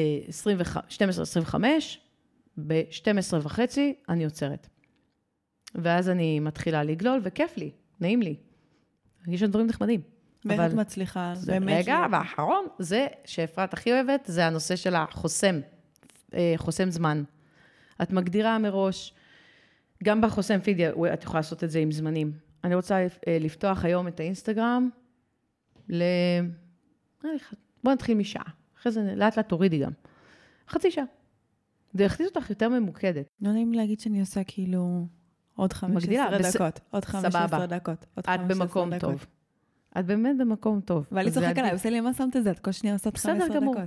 ב-12:30 אני יוצרת. ואז אני מתחילה לגלול, וכיף לי, נעים לי. יש דברים נחמדים. ואיך את מצליחה? רגע, והאחרון, זה שאפרת הכי אוהבת, זה הנושא של החוסם, חוסם זמן. את מגדירה מראש, גם בחוסם פיד, את יכולה לעשות את זה עם זמנים. אני רוצה לפתוח היום את האינסטגרם, בוא נתחיל משעה. אחרי זה לאט לאט תורידי גם. חצי שעה. זה יכניס אותך יותר ממוקדת. לא נעים להגיד שאני עושה כאילו עוד 15 דקות. עוד 15 דקות. את במקום טוב. את באמת במקום טוב. אבל אני צוחק עליי, עושה לי מה שמת את זה, את כל שנייה עושה 15 דקות.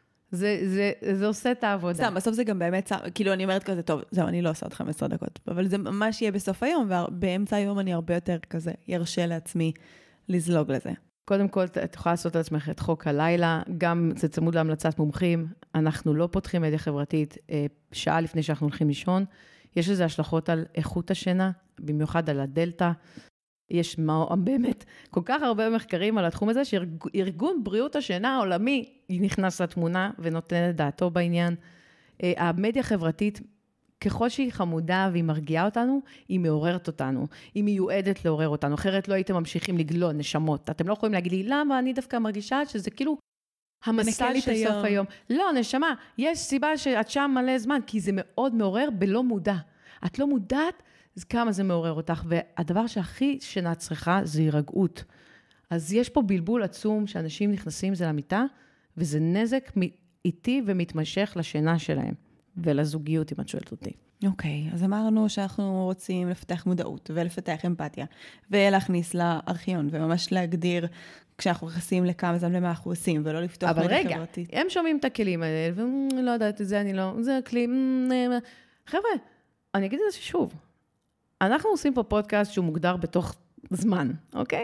זה עושה את העבודה. סתם, בסוף זה גם באמת, כאילו אני אומרת כזה, טוב, זהו, אני לא עושה עוד 15 דקות, אבל זה ממש יהיה בסוף היום, ובאמצע היום אני הרבה יותר כזה, ירשה לעצמי לזלוג לזה. קודם כל, את יכולה לעשות לעצמך את חוק הלילה, גם זה צמוד להמלצת מומחים, אנחנו לא פותחים מדיה חברתית שעה לפני שאנחנו הולכים לישון, יש לזה השלכות על איכות השינה, במיוחד על הדלטה, יש באמת כל כך הרבה מחקרים על התחום הזה, שארגון בריאות השינה העולמי נכנס לתמונה ונותן את דעתו בעניין. המדיה חברתית, ככל שהיא חמודה והיא מרגיעה אותנו, היא מעוררת אותנו, היא מיועדת לעורר אותנו, אחרת לא הייתם ממשיכים לגלול נשמות. אתם לא יכולים להגיד לי, למה אני דווקא מרגישה שזה כאילו המסע של סוף היום. לא, נשמה, יש סיבה שאת שם מלא זמן, כי זה מאוד מעורר בלא מודע. את לא מודעת, אז כמה זה מעורר אותך, והדבר שהכי שינה צריכה זה הירגעות. אז יש פה בלבול עצום שאנשים נכנסים זה למיטה, וזה נזק איטי ומתמשך לשינה שלהם, ולזוגיות אם את שואלת אותי. אוקיי, אז אמרנו שאנחנו רוצים לפתח מודעות ולפתח אמפתיה, ולהכניס לארכיון, וממש להגדיר כשאנחנו נכנסים לכמה זמן למה אנחנו עושים, ולא לפתוח מדיה חברתית. אבל רגע, הם שומעים את הכלים האלה, ולא יודעת את זה, אני לא, זה הכלי, חבר'ה, אני אגיד את זה שוב, אנחנו עושים פה פודקאסט שהוא מוגדר בתוך זמן, אוקיי?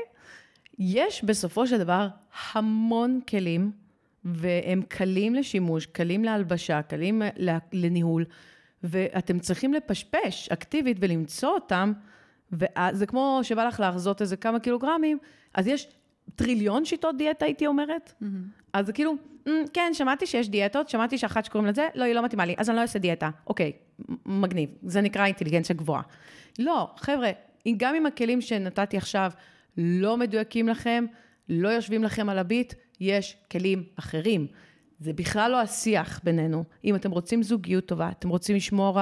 יש בסופו של דבר המון כלים, והם קלים לשימוש, קלים להלבשה, קלים לניהול, ואתם צריכים לפשפש אקטיבית ולמצוא אותם, וזה כמו שבא לך להחזות איזה כמה קילוגרמים, אז יש טריליון שיטות דיאטה, הייתי אומרת. אז זה כאילו, כן, שמעתי שיש דיאטות, שמעתי שאחת שקוראים לזה, לא, היא לא מתאימה לי, אז אני לא אעשה דיאטה. אוקיי, מגניב, זה נקרא אינטליגנציה גבוהה. לא, חבר'ה, גם אם הכלים שנתתי עכשיו לא מדויקים לכם, לא יושבים לכם על הביט, יש כלים אחרים. זה בכלל לא השיח בינינו. אם אתם רוצים זוגיות טובה, אתם רוצים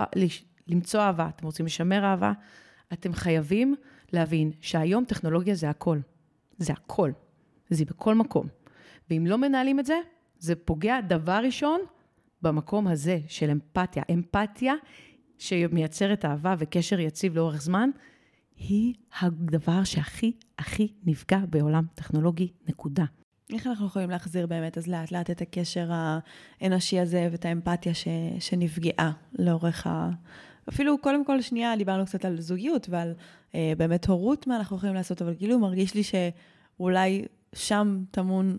למצוא אהבה, אתם רוצים לשמר אהבה, אתם חייבים להבין שהיום טכנולוגיה זה הכל. זה הכל. זה בכל מקום. ואם לא מנהלים את זה, זה פוגע דבר ראשון במקום הזה של אמפתיה. אמפתיה שמייצרת אהבה וקשר יציב לאורך זמן, היא הדבר הכי נפגע בעולם טכנולוגי, נקודה. איך אנחנו יכולים להחזיר באמת אז לאט לאט את הקשר האנושי הזה ואת האמפתיה שנפגעה לאורך אפילו קודם כל שנייה דיברנו קצת על זוגיות ועל באמת הורות מה אנחנו יכולים לעשות, אבל כאילו מרגיש לי שאולי שם טמון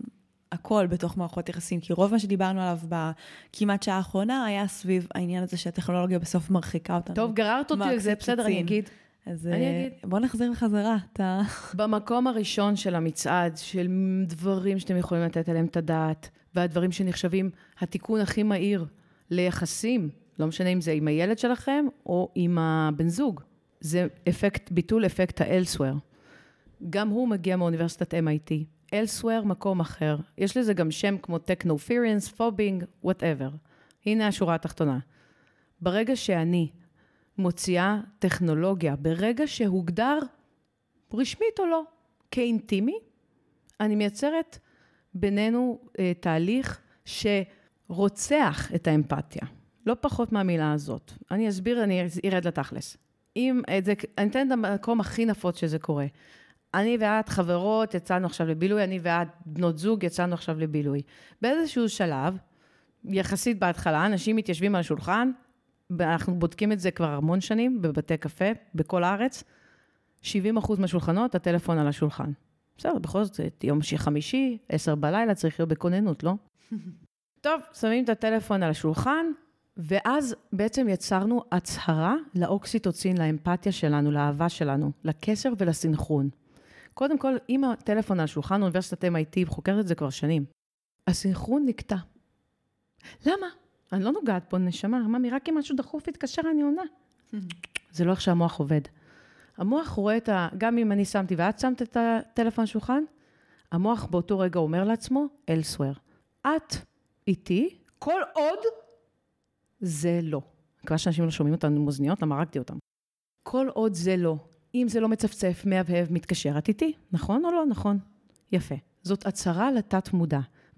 הכל בתוך מערכות יחסים, כי רוב מה שדיברנו עליו בכמעט שעה האחרונה, היה סביב העניין הזה שהטכנולוגיה בסוף מרחיקה אותנו. טוב, גררת אותי על זה, בסדר, אני אגיד. אז בוא נחזיר בחזרה. במקום הראשון של המצעד, של דברים שאתם יכולים לתת עליהם את הדעת, והדברים שנחשבים התיקון הכי מהיר ליחסים, לא משנה אם זה עם הילד שלכם, או עם הבן זוג. זה ביטול אפקט ה-Elsewhere. גם הוא מגיע מאוניברסיטת MIT. Elsewhere, מקום אחר. יש לזה גם שם כמו Technoference, Fobbing, whatever. הנה השורה התחתונה. ברגע שאני מוציאה טכנולוגיה, ברגע שהוגדר, רשמית או לא, כאינטימי, אני מייצרת בינינו תהליך שרוצח את האמפתיה. לא פחות מהמילה הזאת. אני אסביר, אני ארד לתכלס. אני אתן את המקום הכי נפוץ שזה קורה. אני ואת חברות, יצאנו עכשיו לבילוי, אני ואת בנות זוג, יצאנו עכשיו לבילוי. באיזשהו שלב, יחסית בהתחלה, אנשים מתיישבים על השולחן, אנחנו בודקים את זה כבר המון שנים, בבתי קפה, בכל הארץ, 70% מהשולחנות, הטלפון על השולחן. בסדר, בכל זאת, יום חמישי, 10 בלילה, צריך להיות בכוננות, לא? טוב, שמים את הטלפון על השולחן, ואז בעצם יצרנו הצהרה לאוקסיטוצין, לאמפתיה שלנו, לאהבה שלנו, לקשר ולסנכרון. קודם כל, אם הטלפון על השולחן, אוניברסיטת MIT חוקרת את זה כבר שנים, הסנכרון נקטע. למה? אני לא נוגעת פה נשמה, ממי, רק אם משהו דחוף יתקשר, אני עונה. זה לא איך שהמוח עובד. המוח רואה גם אם אני שמתי ואת שמת את הטלפון על השולחן, המוח באותו רגע אומר לעצמו, Elsewhere. את איתי, כל עוד זה לא. כבר שאנשים לא שומעים אותנו עם אוזניות, למה הרגתי אותם. כל עוד זה לא. אם זה לא מצפצף, מהבהב, מתקשרת איתי. נכון או לא? נכון. יפה. זאת הצהרה לתת מודע.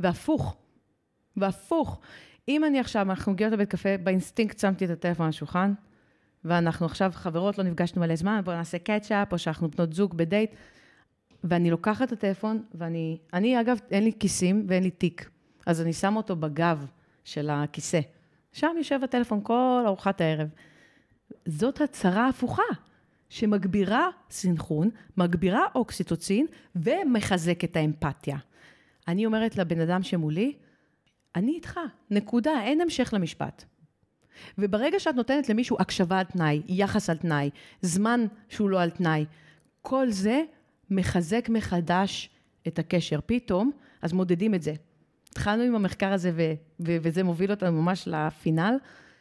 והפוך. אם אני עכשיו, אנחנו מגיעות לבית קפה, באינסטינקט שמתי את הטלפון על השולחן, ואנחנו עכשיו חברות, לא נפגשנו מלא זמן, בואו נעשה קאצ'אפ, או שאנחנו בנות זוג בדייט, ואני לוקחת את הטלפון, אני אגב, אין לי כיסים ואין לי תיק, אז אני שם אותו בגב של הכיסא. שם יושב הטלפון כל ארוחת הערב. זאת הצהרה הפוכה, שמגבירה סנכרון, מגבירה אוקסיטוצין, ומחזק את האמפתיה. אני אומרת לבן אדם שמולי, אני איתך, נקודה, אין המשך למשפט. וברגע שאת נותנת למישהו הקשבה על תנאי, יחס על תנאי, זמן שהוא לא על תנאי, כל זה מחזק מחדש את הקשר. פתאום, אז מודדים את זה. התחלנו עם המחקר הזה, וזה מוביל אותנו ממש לפינל,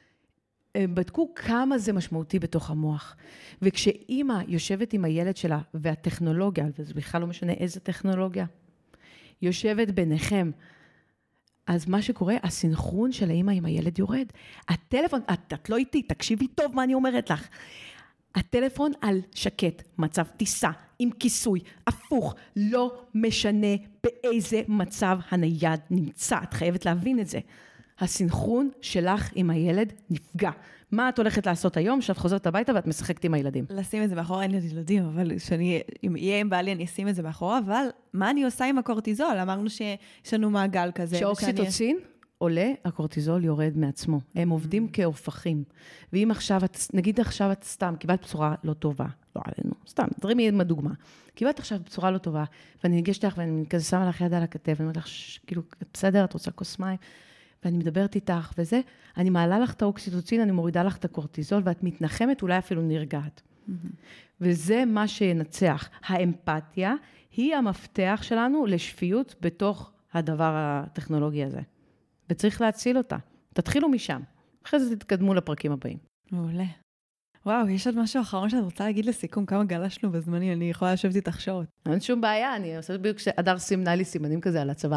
בדקו כמה זה משמעותי בתוך המוח. וכשאימא יושבת עם הילד שלה, והטכנולוגיה, וזה בכלל לא משנה איזה טכנולוגיה, יושבת ביניכם, אז מה שקורה, הסנכרון של האמא עם הילד יורד. הטלפון, את לא איתי, תקשיבי טוב מה אני אומרת לך. הטלפון על שקט, מצב טיסה, עם כיסוי, הפוך, לא משנה באיזה מצב הנייד נמצא. את חייבת להבין את זה. הסנכרון שלך עם הילד נפגע. מה את הולכת לעשות היום, שאת חוזרת הביתה ואת משחקת עם הילדים? לשים את זה מאחורה, אין לי ילדים, אבל אם יהיה עם בעלי, אני אשים את זה מאחורה, אבל מה אני עושה עם הקורטיזול? אמרנו שיש לנו מעגל כזה. שאוקסיטוצין עולה, הקורטיזול יורד מעצמו. הם עובדים כאופכים. ואם עכשיו, נגיד עכשיו את סתם, קיבלת בצורה לא טובה, לא עלינו, סתם, דברים עם הדוגמה. קיבלת עכשיו בצורה לא טובה, ואני ניגשת לך, ואני כזה שמה לך יד על הכתב, ואני אומרת לך, כאילו, בסדר, את רוצה כוס מים? ואני מדברת איתך וזה, אני מעלה לך את האוקסיטוצין, אני מורידה לך את הקורטיזול, ואת מתנחמת, אולי אפילו נרגעת. וזה מה שינצח. האמפתיה היא המפתח שלנו לשפיות בתוך הדבר הטכנולוגי הזה. וצריך להציל אותה. תתחילו משם. אחרי זה תתקדמו לפרקים הבאים. מעולה. וואו, יש עוד משהו אחרון שאת רוצה להגיד לסיכום, כמה גלשנו בזמנים, אני יכולה לשבת איתך שעות. אין שום בעיה, אני עושה בדיוק שהדר סימנה לי סימנים כזה על הצוואר.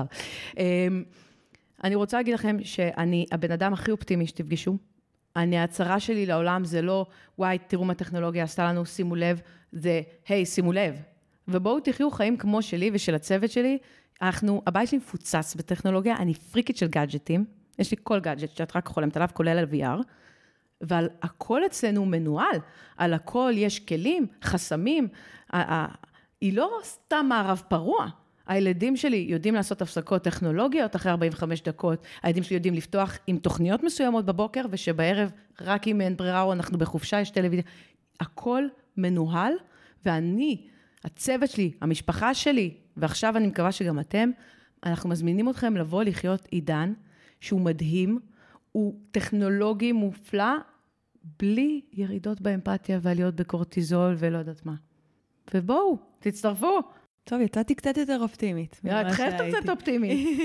אני רוצה להגיד לכם שאני הבן אדם הכי אופטימי שתפגשו. ההצהרה שלי לעולם זה לא, וואי, תראו מה הטכנולוגיה עשתה לנו, שימו לב, זה, היי, שימו לב. ובואו תחיו חיים כמו שלי ושל הצוות שלי. הבית שלי מפוצץ בטכנולוגיה, אני פריקית של גאדג'טים. יש לי כל גאדג'ט שאת רק חולמת עליו, כולל על VR. ועל הכל אצלנו מנוהל. על הכל יש כלים, חסמים. היא לא סתם מערב פרוע. הילדים שלי יודעים לעשות הפסקות טכנולוגיות אחרי 45 דקות, הילדים שלי יודעים לפתוח עם תוכניות מסוימות בבוקר, ושבערב רק אם אין ברירה או אנחנו בחופשה, יש טלוויזיה. הכל מנוהל, ואני, הצוות שלי, המשפחה שלי, ועכשיו אני מקווה שגם אתם, אנחנו מזמינים אתכם לבוא לחיות עידן שהוא מדהים, הוא טכנולוגי מופלא, בלי ירידות באמפתיה ועליות בקורטיזול ולא יודעת מה. ובואו, תצטרפו. טוב, יצאתי קצת יותר אופטימית. התחלת קצת אופטימית.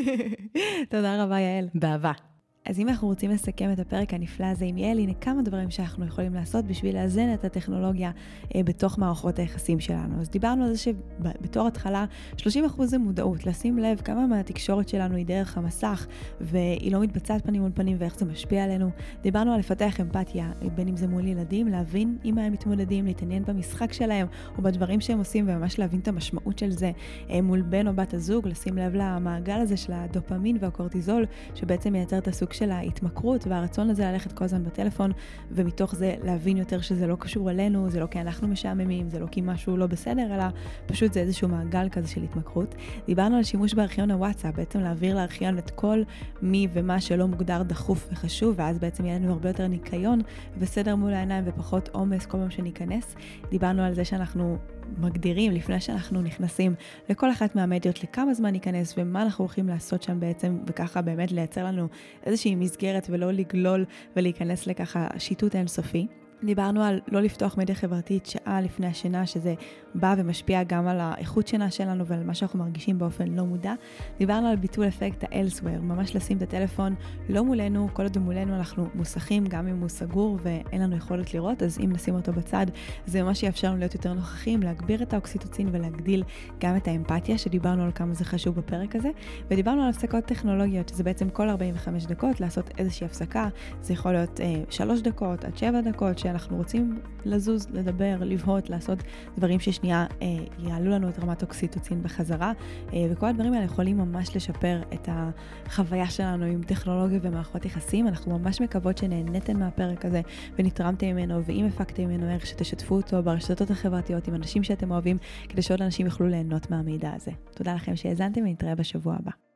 תודה רבה, יעל. באהבה. אז אם אנחנו רוצים לסכם את הפרק הנפלא הזה עם יעל, הנה כמה דברים שאנחנו יכולים לעשות בשביל לאזן את הטכנולוגיה בתוך מערכות היחסים שלנו. אז דיברנו על זה שבתור התחלה 30% זה מודעות, לשים לב כמה מהתקשורת שלנו היא דרך המסך, והיא לא מתבצעת פנים מול פנים ואיך זה משפיע עלינו. דיברנו על לפתח אמפתיה, בין אם זה מול ילדים, להבין עם מה הם מתמודדים, להתעניין במשחק שלהם או בדברים שהם עושים, וממש להבין את המשמעות של זה מול בן או בת הזוג, לשים לב למעגל הזה של הדופמין והקורטיזול, שבעצם מייצר את הסוג של ההתמכרות והרצון הזה ללכת כל הזמן בטלפון, ומתוך זה להבין יותר שזה לא קשור אלינו, זה לא כי אנחנו משעממים, זה לא כי משהו לא בסדר, אלא פשוט זה איזשהו מעגל כזה של התמכרות. דיברנו על שימוש בארכיון הוואטסאפ, בעצם להעביר לארכיון את כל מי ומה שלא מוגדר דחוף וחשוב, ואז בעצם יהיה לנו הרבה יותר ניקיון וסדר מול העיניים ופחות עומס כל פעם שניכנס. דיברנו על זה שאנחנו מגדירים לפני שאנחנו נכנסים לכל אחת מהמדיות לכמה זמן ניכנס ומה אנחנו הולכים לעשות שם בעצם, וככה באמת לייצר לנו איזושהי מסגרת ולא לגלול ולהיכנס לככה שיטוט אינסופי. דיברנו על לא לפתוח מדיה חברתית שעה לפני השינה, שזה בא ומשפיע גם על האיכות שינה שלנו ועל מה שאנחנו מרגישים באופן לא מודע. דיברנו על ביטול אפקט ה-elsewhere, ממש לשים את הטלפון לא מולנו, כל עוד מולנו אנחנו מוסכים, גם אם הוא סגור ואין לנו יכולת לראות, אז אם נשים אותו בצד, זה ממש יאפשר לנו להיות יותר נוכחים, להגביר את האוקסיטוצין ולהגדיל גם את האמפתיה, שדיברנו על כמה זה חשוב בפרק הזה. ודיברנו על הפסקות טכנולוגיות, שזה בעצם כל 45 דקות לעשות איזושהי הפסקה. זה יכול להיות 3 דקות עד 7 דקות, שאנחנו רוצים לזוז, לדבר, לבהות, לעשות דברים ששנייה יעלו לנו את רמת אוקסיטוצין בחזרה, וכל הדברים האלה יכולים ממש לשפר את החוויה שלנו עם טכנולוגיה ומערכות יחסים. אנחנו ממש מקוות שנהנתם מהפרק הזה ונתרמתם ממנו, ואם הפקתם ממנו ערך, שתשתפו אותו ברשתות החברתיות עם אנשים שאתם אוהבים, כדי שעוד אנשים יוכלו ליהנות מהמידע הזה. תודה לכם שהאזנתם, ונתראה בשבוע הבא.